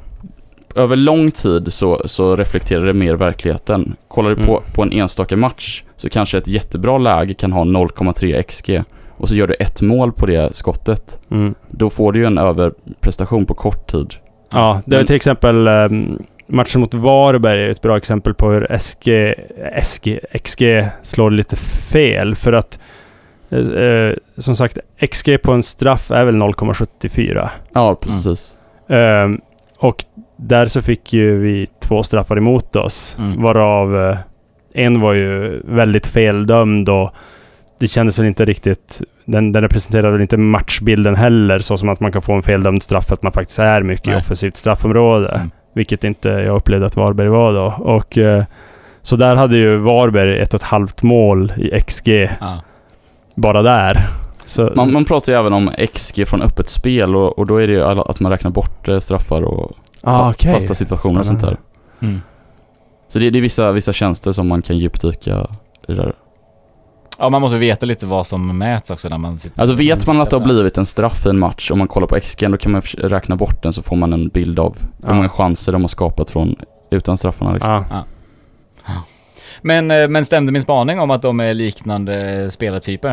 över lång tid så, så reflekterar det mer verkligheten. Kollar du mm. på, på en enstaka match så kanske ett jättebra läge kan ha noll komma tre X G och så gör du ett mål på det skottet. Mm. Då får du ju en överprestation på kort tid. Ja, det är till exempel um, matchen mot Varberg är ett bra exempel på hur S G, S G, X G slår lite fel för att uh, som sagt X G på en straff är väl noll komma sjuttiofyra. Ja, precis. Mm. Um, och där så fick ju vi två straffar emot oss, mm. varav uh, en var ju väldigt feldömd och det kändes väl inte riktigt, den, den representerade väl inte matchbilden heller, så som att man kan få en feldömd straff för att man faktiskt är mycket Nej. i offensivt straffområde, mm. vilket inte jag upplevde att Varberg var då. Och uh, så där hade ju Varberg ett och ett halvt mål i X G ah. bara där. Så, man, man pratar ju även om X G från öppet spel och, och då är det ju att man räknar bort eh, straffar och ah, okay. fasta situationer och sånt där. Mm. Så det, det är vissa, vissa tjänster som man kan djupdyka i där. Ja, man måste veta lite vad som mäts också när man sitter. Alltså vet man att det har blivit en straff i en match, om man kollar på X G, då kan man räkna bort den så får man en bild av ja. hur många chanser de har skapat från utan straffarna liksom. Ja. Ja. Ja. Men, men stämde min spaning om att de är liknande spelartyper?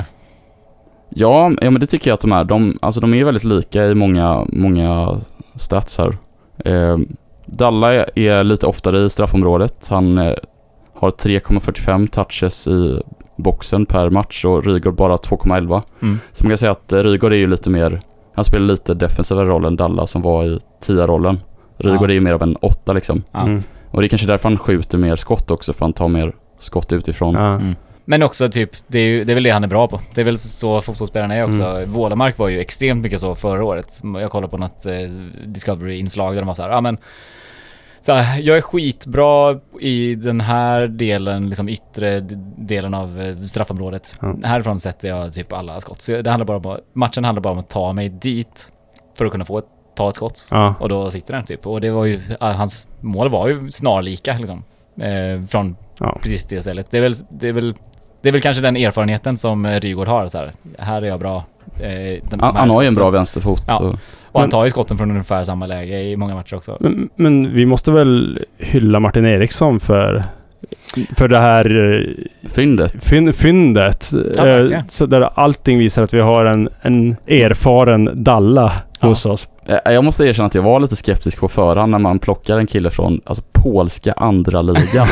Ja, ja, men det tycker jag att de är. De, alltså de är väldigt lika i många, många stats här. Eh, Dalla är, är lite oftare i straffområdet. Han eh, har tre komma fyrtiofem touches i boxen per match och Rygaard bara två komma elva. Mm. Så man kan säga att eh, Rygaard är ju lite mer, han spelar lite defensiva roll än Dalla som var i tia-rollen. Rygaard ja. är ju mer av en åtta liksom. Mm. Och det är kanske därför han skjuter mer skott också, för han tar mer skott utifrån. Ja. Mm. Men också typ, det är, ju, det är väl det han är bra på. Det är väl så fotbollsspelaren är också. Mm. Vålemark var ju extremt mycket så förra året. Jag kollade på något eh, Discovery-inslag där de var så här, ja men så här, jag är skitbra i den här delen, liksom yttre delen av straffområdet. Mm. Härifrån sätter jag typ alla skott. Så det handlar bara om, matchen handlar bara om att ta mig dit för att kunna få ett, ta ett skott. Ja. Och då sitter den typ. Och det var ju, hans mål var ju snarlika liksom. Eh, från ja. precis det stället. Det är väl, det är väl Det är väl kanske den erfarenheten som Rygaard har. Så här, här är jag bra. Eh, den, han han har ju en bra vänsterfot. Ja. Så. Och han tar ju skotten från ungefär samma läge i många matcher också. Men, men vi måste väl hylla Martin Eriksson för, för det här fyndet. Fyn, fyndet. Ja, eh, så där allting visar att vi har en, en erfaren Dalla ja. hos oss. Jag måste erkänna att jag var lite skeptisk på förhand när man plockar en kille från alltså, polska andra ligan.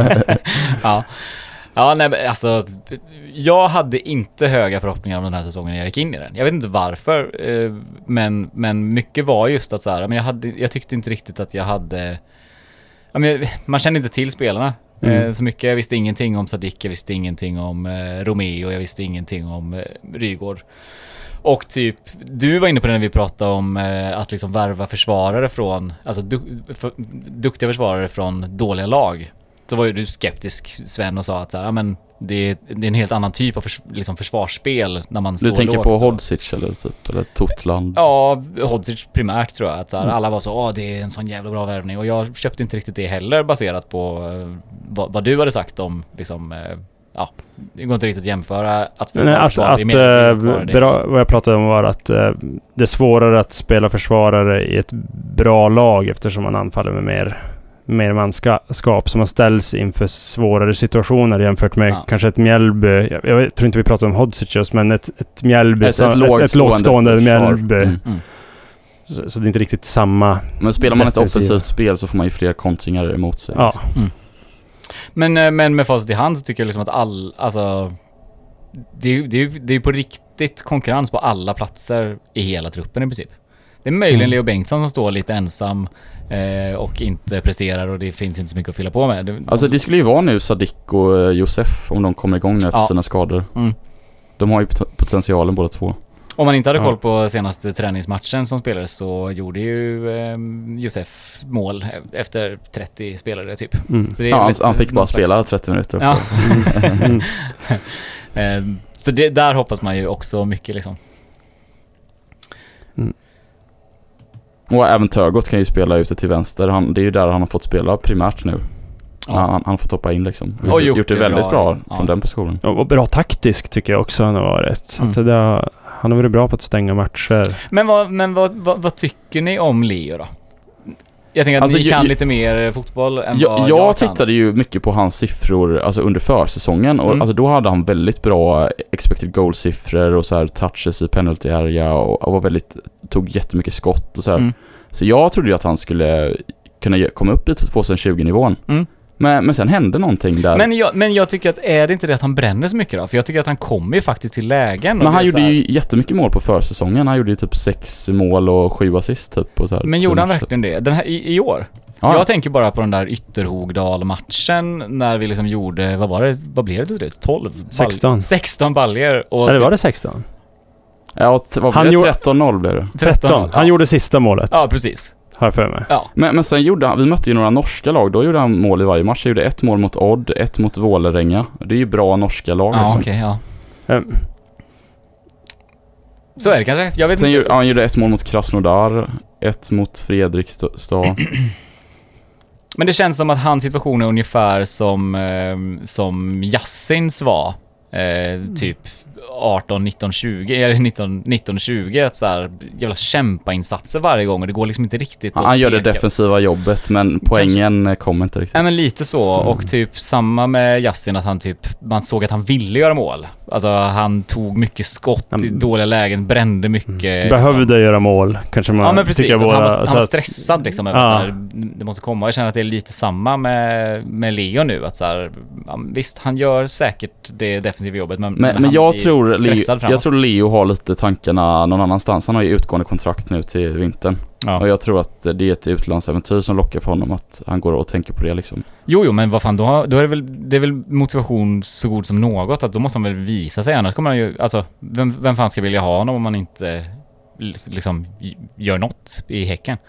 Ja. Ja, nej, alltså jag hade inte höga förhoppningar om den här säsongen när jag gick in i den. Jag vet inte varför, men, men mycket var just att så här, men jag, hade, jag tyckte inte riktigt att jag hade... Ja, men man kände inte till spelarna mm. så mycket. Jag visste ingenting om Sadik, jag visste ingenting om Romeo, jag visste ingenting om Rygaard. Och typ, du var inne på det när vi pratade om att liksom värva försvarare från, alltså du, för, duktiga försvarare från dåliga lag. Så var ju du skeptisk, Sven, och sa att så här, ja, men det, är, det är en helt annan typ av förs, liksom försvarsspel när man står. Du tänker på Hodzic eller typ, eller Totland? Ja, Hodzic primärt tror jag. Att så här, mm. alla var så, åh det är en sån jävla bra värvning. Och jag köpte inte riktigt det heller baserat på uh, vad, vad du hade sagt om liksom, uh, ja, det går inte riktigt att jämföra att Nej, att, att, äh, bra, vad jag pratade om var att äh, det är svårare att spela försvarare i ett bra lag eftersom man anfaller med mer mer manskap, så man ställs inför svårare situationer jämfört med ja. kanske ett Mjällby. Jag, jag tror inte vi pratar om Hodzic just, men ett, ett Mjällby, ett, ett, ett, ett lågstående Mjällby. Mm. Mm. Så, så det är inte riktigt samma. Men spelar man defensiv. ett offensivt spel så får man ju fler kontringar emot sig. Ja. Mm. Men, men med facit i hand så tycker jag liksom att all, alltså det är, det, är, det är på riktigt konkurrens på alla platser i hela truppen i princip. Det är möjligen mm. Leo Bengtsson som står lite ensam eh, och inte presterar och det finns inte så mycket att fylla på med. Det, alltså det skulle ju vara nu Sadik och Josef om de kommer igång efter ja. sina skador. Mm. De har ju potentialen båda två. Om man inte hade koll på senaste träningsmatchen som spelades så gjorde ju eh, Josef mål efter trettio spelare typ. Mm. Så det är ja, han, han fick bara slags... spela trettio minuter också. Ja. mm. eh, så det, där hoppas man ju också mycket liksom. Mm. Och även Törgård kan ju spela ute till vänster. Han, det är ju där han har fått spela primärt nu. Ja. Han, han får toppa in liksom. Och gjort, gjort det, det väldigt bra, bra ja. från den positionen. Och bra taktisk tycker jag också han har varit. Mm. Att det har, han har varit bra på att stänga matcher. Men vad, men vad, vad, vad tycker ni om Leo då? Jag tänker att alltså, ni jag, kan lite mer fotboll än jag, vad jag, jag tittade kan. ju mycket på hans siffror alltså under försäsongen och mm. alltså, då hade han väldigt bra expected goal-siffror och så här touches i penalty area och, och var väldigt, tog jättemycket skott och så här. Mm. Så jag trodde ju att han skulle kunna komma upp i tjugohundratjugo-nivån. Mm. Men, men sen hände någonting där. Men jag, men jag tycker att är det inte det att han bränner så mycket då? För jag tycker att han kommer ju faktiskt till lägen. Men han gjorde ju jättemycket mål på försäsongen. Han gjorde ju typ sex mål och sju assist typ. Och så här. Men gjorde han verkligen det? Den här, i, i år? Ja. Jag tänker bara på den där Ytterhogdal-matchen när vi liksom gjorde, vad var det, vad blev det till det? tolv? sexton. sexton baljer. Och Eller var det sexton? Ja, vad blev det? tretton noll blev det. tretton. Han ja. gjorde sista målet. Ja, precis. Har för mig. Ja. Men, men sen gjorde han, vi mötte ju några norska lag, då gjorde han mål i varje match. Han gjorde ett mål mot Odd, ett mot Vålerenga. Det är ju bra norska lag. Ja, liksom. okej, okay, ja. Um. Så är det kanske, jag vet sen inte. Gjorde, ja, han gjorde ett mål mot Krasnodar, ett mot Fredrikstad. Men det känns som att hans situation är ungefär som, eh, som Yassins var. Eh, typ arton, nitton, tjugo eller nitton, nitton, tjugo att så här jävla kämpainsatser varje gång och det går liksom inte riktigt. Han, han gör det defensiva jobbet men poängen kanske kommer inte riktigt. Ja, men lite så mm. och typ samma med Yassin att han typ man såg att han ville göra mål. Alltså han tog mycket skott mm. i dåliga lägen, brände mycket. Mm. Behövde liksom. göra mål kanske man. Ja men precis, våra, han var, han var att, stressad liksom över ja. att så här, det måste komma. Jag känner att det är lite samma med med Leo nu att så här, visst han gör säkert det defensiva jobbet men men, men, men jag tror Leo, jag tror Leo har lite tankarna någon annanstans. Han har ju utgående kontrakt nu till vintern. Ja. Och jag tror att det är ett utlandsäventyr som lockar för honom att han går och tänker på det liksom. Jo, jo, men vad fan, då, då är det väl, det är väl motivation så god som något att då måste han väl visa sig, annars kommer han ju, alltså, vem, vem fan ska vilja ha honom om man inte liksom gör något i Häcken?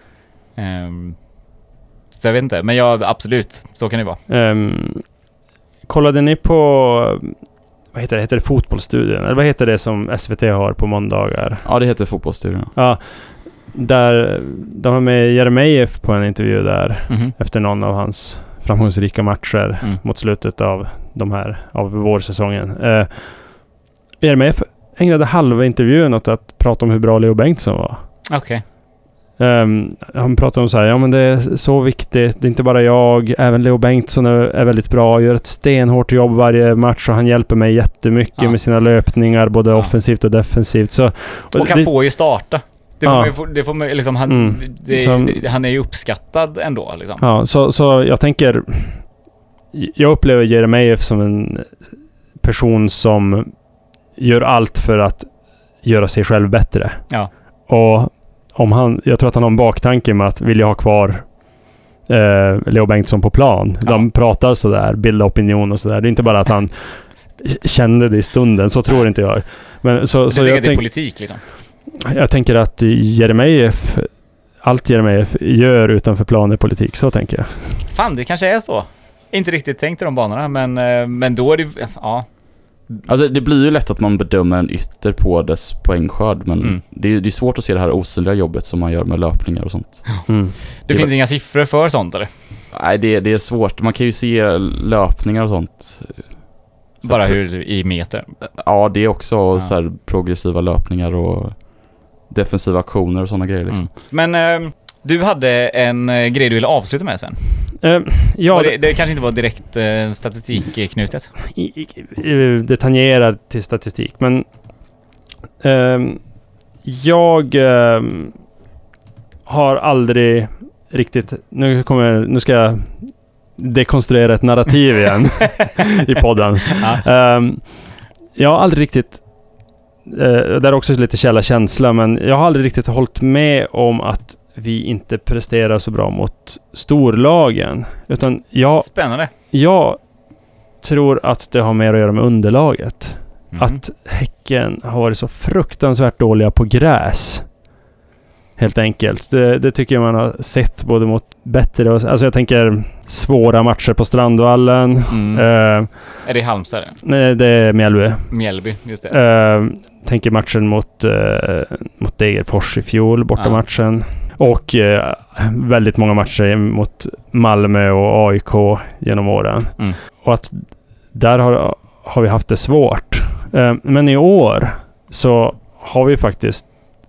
Um, så jag vet inte, men ja, absolut, så kan det vara. Um, kollade ni på vad heter det? Heter det Fotbollsstudion? Eller vad heter det som S V T har på måndagar? Ja, det heter Fotbollsstudion. Ja, där de har med Jeremejeff på en intervju där mm-hmm. efter någon av hans framgångsrika matcher mm. mot slutet av de här av vårsäsongen. Eh, Jeremejeff ägnade halva intervjun åt att prata om hur bra Leo Bengtsson var. Okej. Okay. Um, han pratar om så här, ja men det är så viktigt, det är inte bara jag, även Leo Bengtsson är, är väldigt bra, gör ett stenhårt jobb varje match och han hjälper mig jättemycket ja. med sina löpningar, både ja. offensivt och defensivt. Så, och och han det, får ju starta. Det får ja. man ju, det får man, liksom, han, mm. det, så, han är ju uppskattad ändå. Liksom. Ja, så, så jag tänker, jag upplever Jeremejeff som en person som gör allt för att göra sig själv bättre. Ja. Och om han, jag tror att han har en baktanke med att vilja ha kvar eh, Leo Bengtsson på plan. Ja. De pratar så där, bildar opinion och så där. Det är inte bara att han kände det i stunden, så tror Nej. inte jag. Men så, det så är jag det tänk, politik liksom. Jag tänker att Jeremejeff, allt Jeremejeff gör utanför plan är politik, så tänker jag. Fan, det kanske är så. Inte riktigt tänkt i de banorna, men, men då är det, ja. Alltså det blir ju lätt att man bedömer en ytter på dess poängskörd, men mm. det, är, det är svårt att se det här osynliga jobbet som man gör med löpningar och sånt. Mm. Det, det finns var... inga siffror för sånt eller? Nej, det, det är svårt. Man kan ju se löpningar och sånt. Så bara hur i meter? Ja, det är också ja. så här progressiva löpningar och defensiva aktioner och sådana grejer liksom. Mm. Men eh, du hade en eh, grej du ville avsluta med, Sven. Uh, ja, det, det kanske inte var direkt eh, statistikknutet. Det tangerar till statistik, men uh, jag uh, har aldrig riktigt, nu kommer nu ska jag dekonstruera ett narrativ igen i podden. Ja. Uh, jag har aldrig riktigt uh, det är också lite källa känsla, men jag har aldrig riktigt hållit med om att vi inte presterar så bra mot storlagen. Utan jag, Spännande. Jag tror att det har mer att göra med underlaget. Mm. Att Häcken har varit så fruktansvärt dåliga på gräs. Helt enkelt. Det, det tycker jag man har sett både mot bättre och... Alltså jag tänker svåra matcher på Strandvallen. Mm. Uh, är det Halmstad? Nej, det är Mjällby. Mjällby, just det. Uh, tänker matchen mot, uh, mot Degerfors i fjol, bortamatchen. Ja. Och uh, väldigt många matcher mot Malmö och A I K genom åren. Mm. Och att där har, har vi haft det svårt. Uh, men i år så har vi faktiskt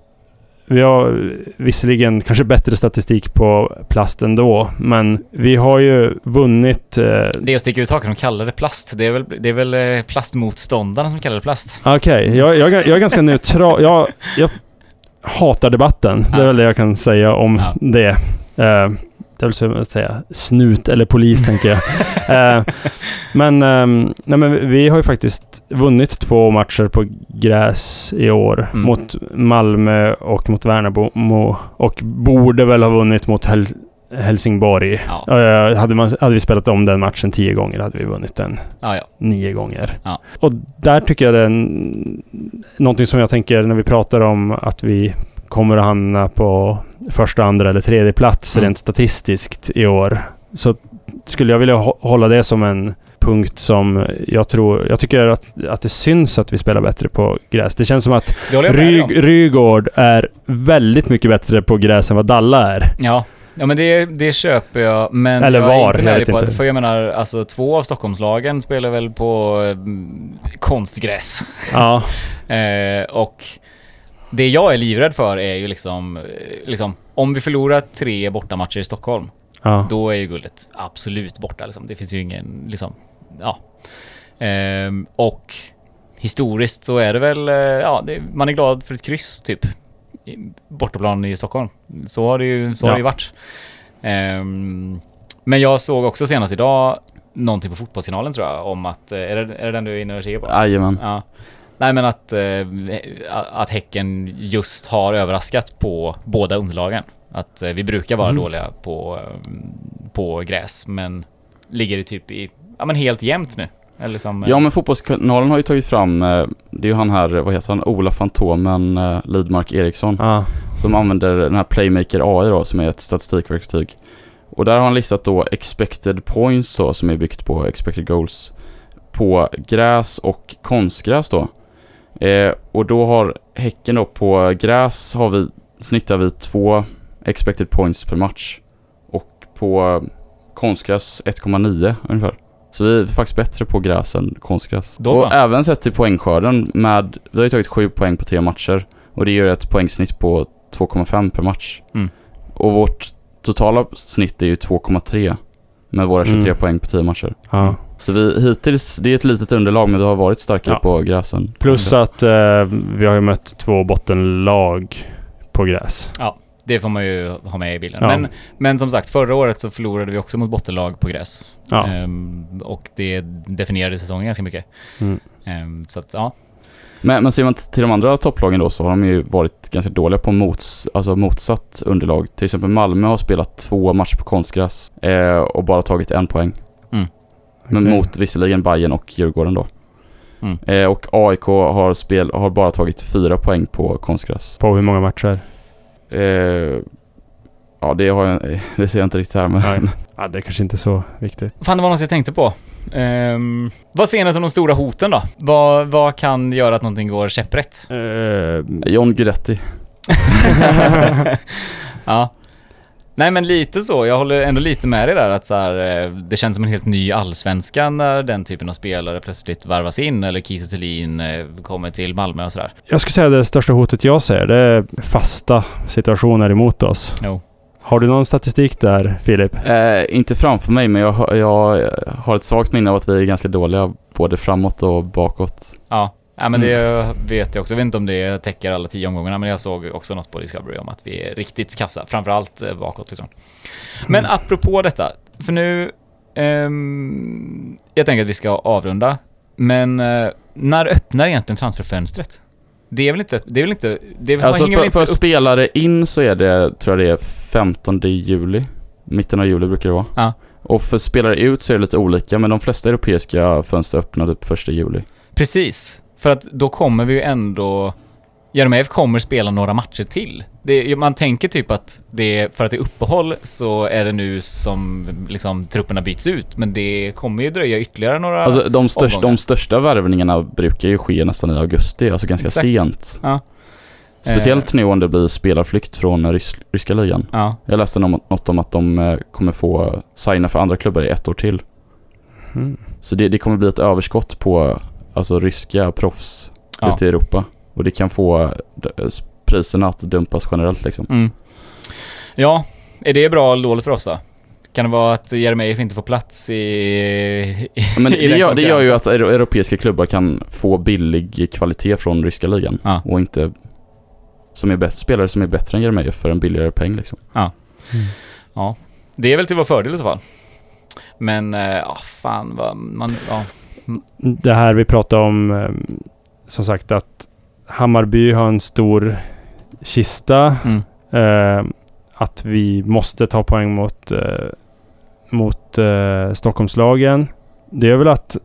vi har visserligen kanske bättre statistik på plast ändå, men vi har ju vunnit... Eh... Det är att sticka ut hakan, de kallar det plast. Det är väl, det är väl plastmotståndarna som kallar det plast. Okej, okay. jag, jag, jag är ganska neutral. Jag, jag hatar debatten. Ja. Det är väl det jag kan säga om ja. det. Eh, det vill säga, säga snut eller polis, tänker jag. Eh, men, eh, nej, men vi har ju faktiskt vunnit två matcher på gräs i år. Mm. Mot Malmö och mot Värnamo. Och borde väl ha vunnit mot Hel- Helsingborg. Ja. Eh, hade, man, hade vi spelat om den matchen tio gånger hade vi vunnit den ja, ja. nio gånger. Ja. Och där tycker jag det är en, någonting som jag tänker när vi pratar om att vi kommer att hamna på första, andra eller tredje plats mm. rent statistiskt i år, så skulle jag vilja hålla det som en punkt som jag tror, jag tycker att, att det syns att vi spelar bättre på gräs. Det känns som att Ryg, Rygård är väldigt mycket bättre på gräs än vad Dalla är. Ja. Ja, men det, det köper jag, men Eller jag var, är inte med jag på inte. För jag menar, alltså två av Stockholmslagen spelar väl på mm, konstgräs. Ja. eh, och det jag är livrädd för är ju liksom, liksom om vi förlorar tre bortamatcher i Stockholm, ja. Då är ju guldet absolut borta. Liksom. Det finns ju ingen, liksom, ja. Ehm, och historiskt så är det väl, ja, det, man är glad för ett kryss typ. Bortaplan i Stockholm. Så har det ju, så ja. har det ju varit. Ehm, men jag såg också senast idag någonting på fotbollskanalen, tror jag, om att, är det, är det den du är inne och ser på? Jajamän. Ja. Nej, men att, eh, att Häcken just har överraskat på båda underlagen. Att eh, vi brukar vara mm. dåliga på, på gräs, men ligger det typ i, ja, men helt jämnt nu. Eller som, eh... Ja, men fotbollskanalen har ju tagit fram, eh, det är ju han här, vad heter han, Ola Fantomen eh, Lidmark Eriksson, ah. som använder den här Playmaker A I då, som är ett statistikverktyg. Och där har han listat då expected points då, som är byggt på expected goals, på gräs och konstgräs då. Eh, och då har Häcken då på gräs har vi, snittar vi två expected points per match. Och på konstgräs ett komma nio ungefär. Så vi är faktiskt bättre på gräs än konstgräs. Då och även sett till poängskörden med, vi har ju tagit sju poäng på tre matcher. Och det gör ett poängsnitt på två komma fem per match. Mm. Och vårt totala snitt är ju två komma tre med våra tjugotre mm. poäng på tio matcher. Ja. Så vi hittills, det är ett litet underlag, men vi har varit starkare ja. på gräsen. Plus att eh, vi har ju mött två bottenlag på gräs. Ja, det får man ju ha med i bilden. Ja. Men, men som sagt, förra året så förlorade vi också mot bottenlag på gräs. Ja. Ehm, och det definierade säsongen ganska mycket. Mm. Ehm, så att, ja. Men, men ser man till de andra topplagen då, så har de ju varit ganska dåliga på mots, alltså motsatt underlag. Till exempel Malmö har spelat två matcher på konstgräs eh, och bara tagit en poäng. Mm. Men okay. mot visserligen Bayern och Djurgården då. Mm. Eh, och A I K har, spel, har bara tagit fyra poäng på konstgräs. På hur många matcher? Eh, ja, det, har jag, det ser jag inte riktigt här. Men ja, det är kanske inte så viktigt. Fan, det var något jag tänkte på. Um, vad ser ni som de stora hoten då? Vad, vad kan göra att någonting går käpprätt? Uh, John Guidetti. Ja. Nej, men lite så. Jag håller ändå lite med dig där att så här, det känns som en helt ny allsvenska när den typen av spelare plötsligt varvas in, eller Kiese Thelin kommer till Malmö och sådär. Jag skulle säga att det största hotet jag ser, det är fasta situationer emot oss. Jo. Har du någon statistik där, Filip? Eh, inte framför mig, men jag, jag har ett svagt minne av att vi är ganska dåliga både framåt och bakåt. Ja. Ja, men det mm. vet jag också. Jag vet inte om det täcker alla tio omgångarna, men jag såg också något på Discovery om att vi är riktigt kassa, framförallt bakåt liksom. Men mm. apropå detta, för nu um, jag tänker att vi ska avrunda, men uh, när öppnar egentligen transferfönstret? Det är väl inte, det är väl inte, det är, alltså för, inte för spelare in så är det, tror jag det är femtonde juli, mitten av juli brukar det vara. Ja. Och för spelare ut så är det lite olika, men de flesta europeiska fönster öppnar typ första juli. Precis. För att då kommer vi ju ändå Jeremejeff kommer spela några matcher till. Det, man tänker typ att det, för att det är uppehåll så är det nu som liksom, trupperna byts ut. Men det kommer ju dröja ytterligare några alltså, de, största, de största värvningarna brukar ju ske nästan i augusti, alltså ganska Exakt. sent. Ja. Speciellt nu om det blir spelarflykt från rys- ryska ligan. Ja. Jag läste något om att de kommer få signa för andra klubbar i ett år till. Mm. Så det, det kommer bli ett överskott på alltså, ryska proffs ja. ute i Europa. Och det kan få priserna att dumpas generellt liksom. Mm. Ja, är det bra eller dåligt för oss då? Kan det vara att Jeremejeff inte får plats i, i Men det, i den gör, det gör ju att europeiska klubbar kan få billig kvalitet från ryska ligan. Ja. Och inte som är bättre, spelare som är bättre än Jeremejeff för en billigare peng liksom. Ja. Mm. Ja. Det är väl till vår fördel i så fall. Men ja, äh, fan vad man ja. Det här vi pratar om som sagt att Hammarby har en stor kista. Mm. Eh, att vi måste ta poäng mot eh, mot eh, Stockholmslagen. Det är väl att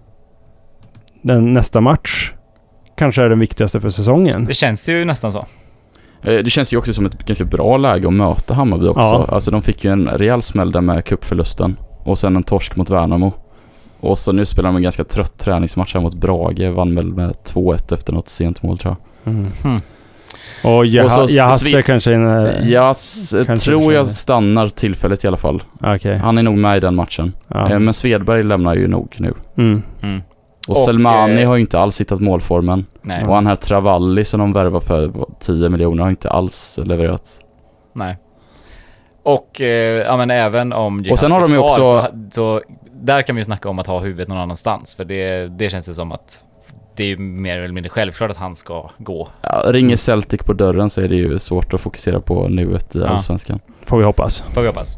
den nästa match kanske är den viktigaste för säsongen. Det känns ju nästan så. Det känns ju också som ett ganska bra läge att möta Hammarby också. Ja. Alltså de fick ju en rejäl smäll där med cupförlusten. Och sen en torsk mot Värnamo. Och så nu spelar de en ganska trött träningsmatch här mot Brage. Vann väl med två ett efter något sent mål tror jag. Mm. Mm. Och Jahasse kanske... En, jag s- tror jag stannar tillfället i alla fall. Okay. Han är nog med i den matchen. Ja. Men Svedberg lämnar ju nog nu. Mm. Mm. Och, och Selmani eh, har ju inte alls hittat målformen. Nej. Och han här Travalli som de värvar för tio miljoner har inte alls levererat. Nej. Och eh, ja, men även om och sen har de ju också så, så där kan vi ju snacka om att ha huvudet någon annanstans, för det, det känns det som att det är ju mer eller mindre självklart att han ska gå. Ja, ringer Celtic på dörren så är det ju svårt att fokusera på nuet i ja. Allsvenskan. Får vi hoppas. Får vi hoppas.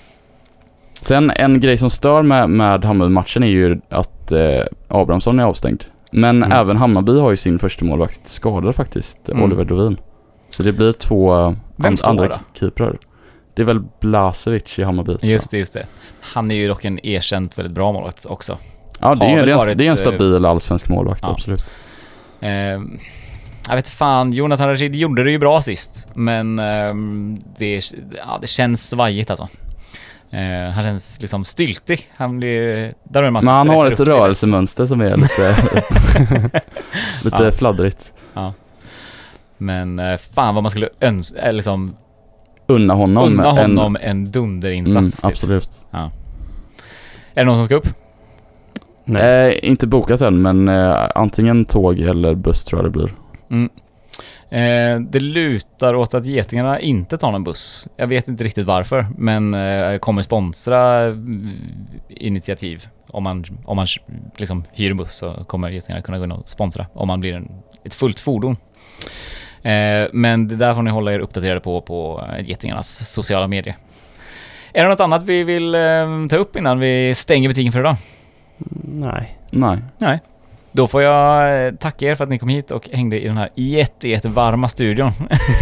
Sen en grej som stör med, med Hammarby-matchen är ju att eh, Abrahamsson är avstängd. Men mm. även Hammarby har ju sin första målvakt skadad faktiskt, mm. Oliver Dovin. Så det blir två Vem and, andra keeprar. Det är väl Blasevic i Hammarby. Just det, just det. Han är ju dock en erkänt väldigt bra målvakt också. Ja, det är, det, är en, det är en stabil allsvensk målvakt, ja. Absolut. Eh, jag vet fan, Jonathan Rashid gjorde det ju bra sist. Men eh, det, ja, det känns svajigt alltså. Eh, han känns liksom styltig. Han blir, där är man men han har ett rörelsemönster som är lite, lite ja. fladdrigt. Ja. Men eh, fan vad man skulle önska, liksom... Unna honom, Unna honom en, en dunderinsats. Mm, typ. Absolut. Ja. Är det någon som ska upp? Nej. Eh, inte bokat än, men eh, antingen tåg eller buss tror jag det blir. Mm. Eh, det lutar åt att Getingarna inte tar någon buss. Jag vet inte riktigt varför, men eh, kommer sponsra initiativ. Om man, om man liksom hyr en buss så kommer Getingarna kunna gå in och sponsra om man blir en, ett fullt fordon. Eh, men det där får ni hålla er uppdaterade på på Getingarnas sociala medier. Är det något annat vi vill eh, ta upp innan vi stänger butiken för idag? Nej. Nej. Nej. Då får jag tacka er för att ni kom hit och hängde i den här jätte, jätte varma studion.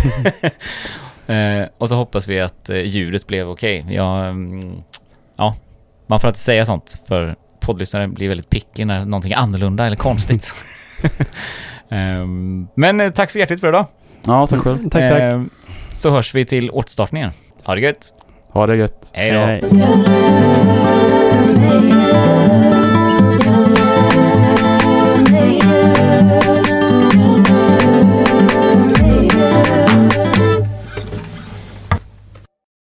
eh, och så hoppas vi att eh, ljudet blev okej. Okay. Jag, mm, ja, man får inte säga sånt för poddlyssnare blir väldigt picky när någonting är annorlunda eller konstigt. um, men eh, tack så hjärtligt för idag. Ja, tack själv. Tack, tack. Eh, så hörs vi till återstartningen. Ha det gött. Ha det gött. Hej då. Hej.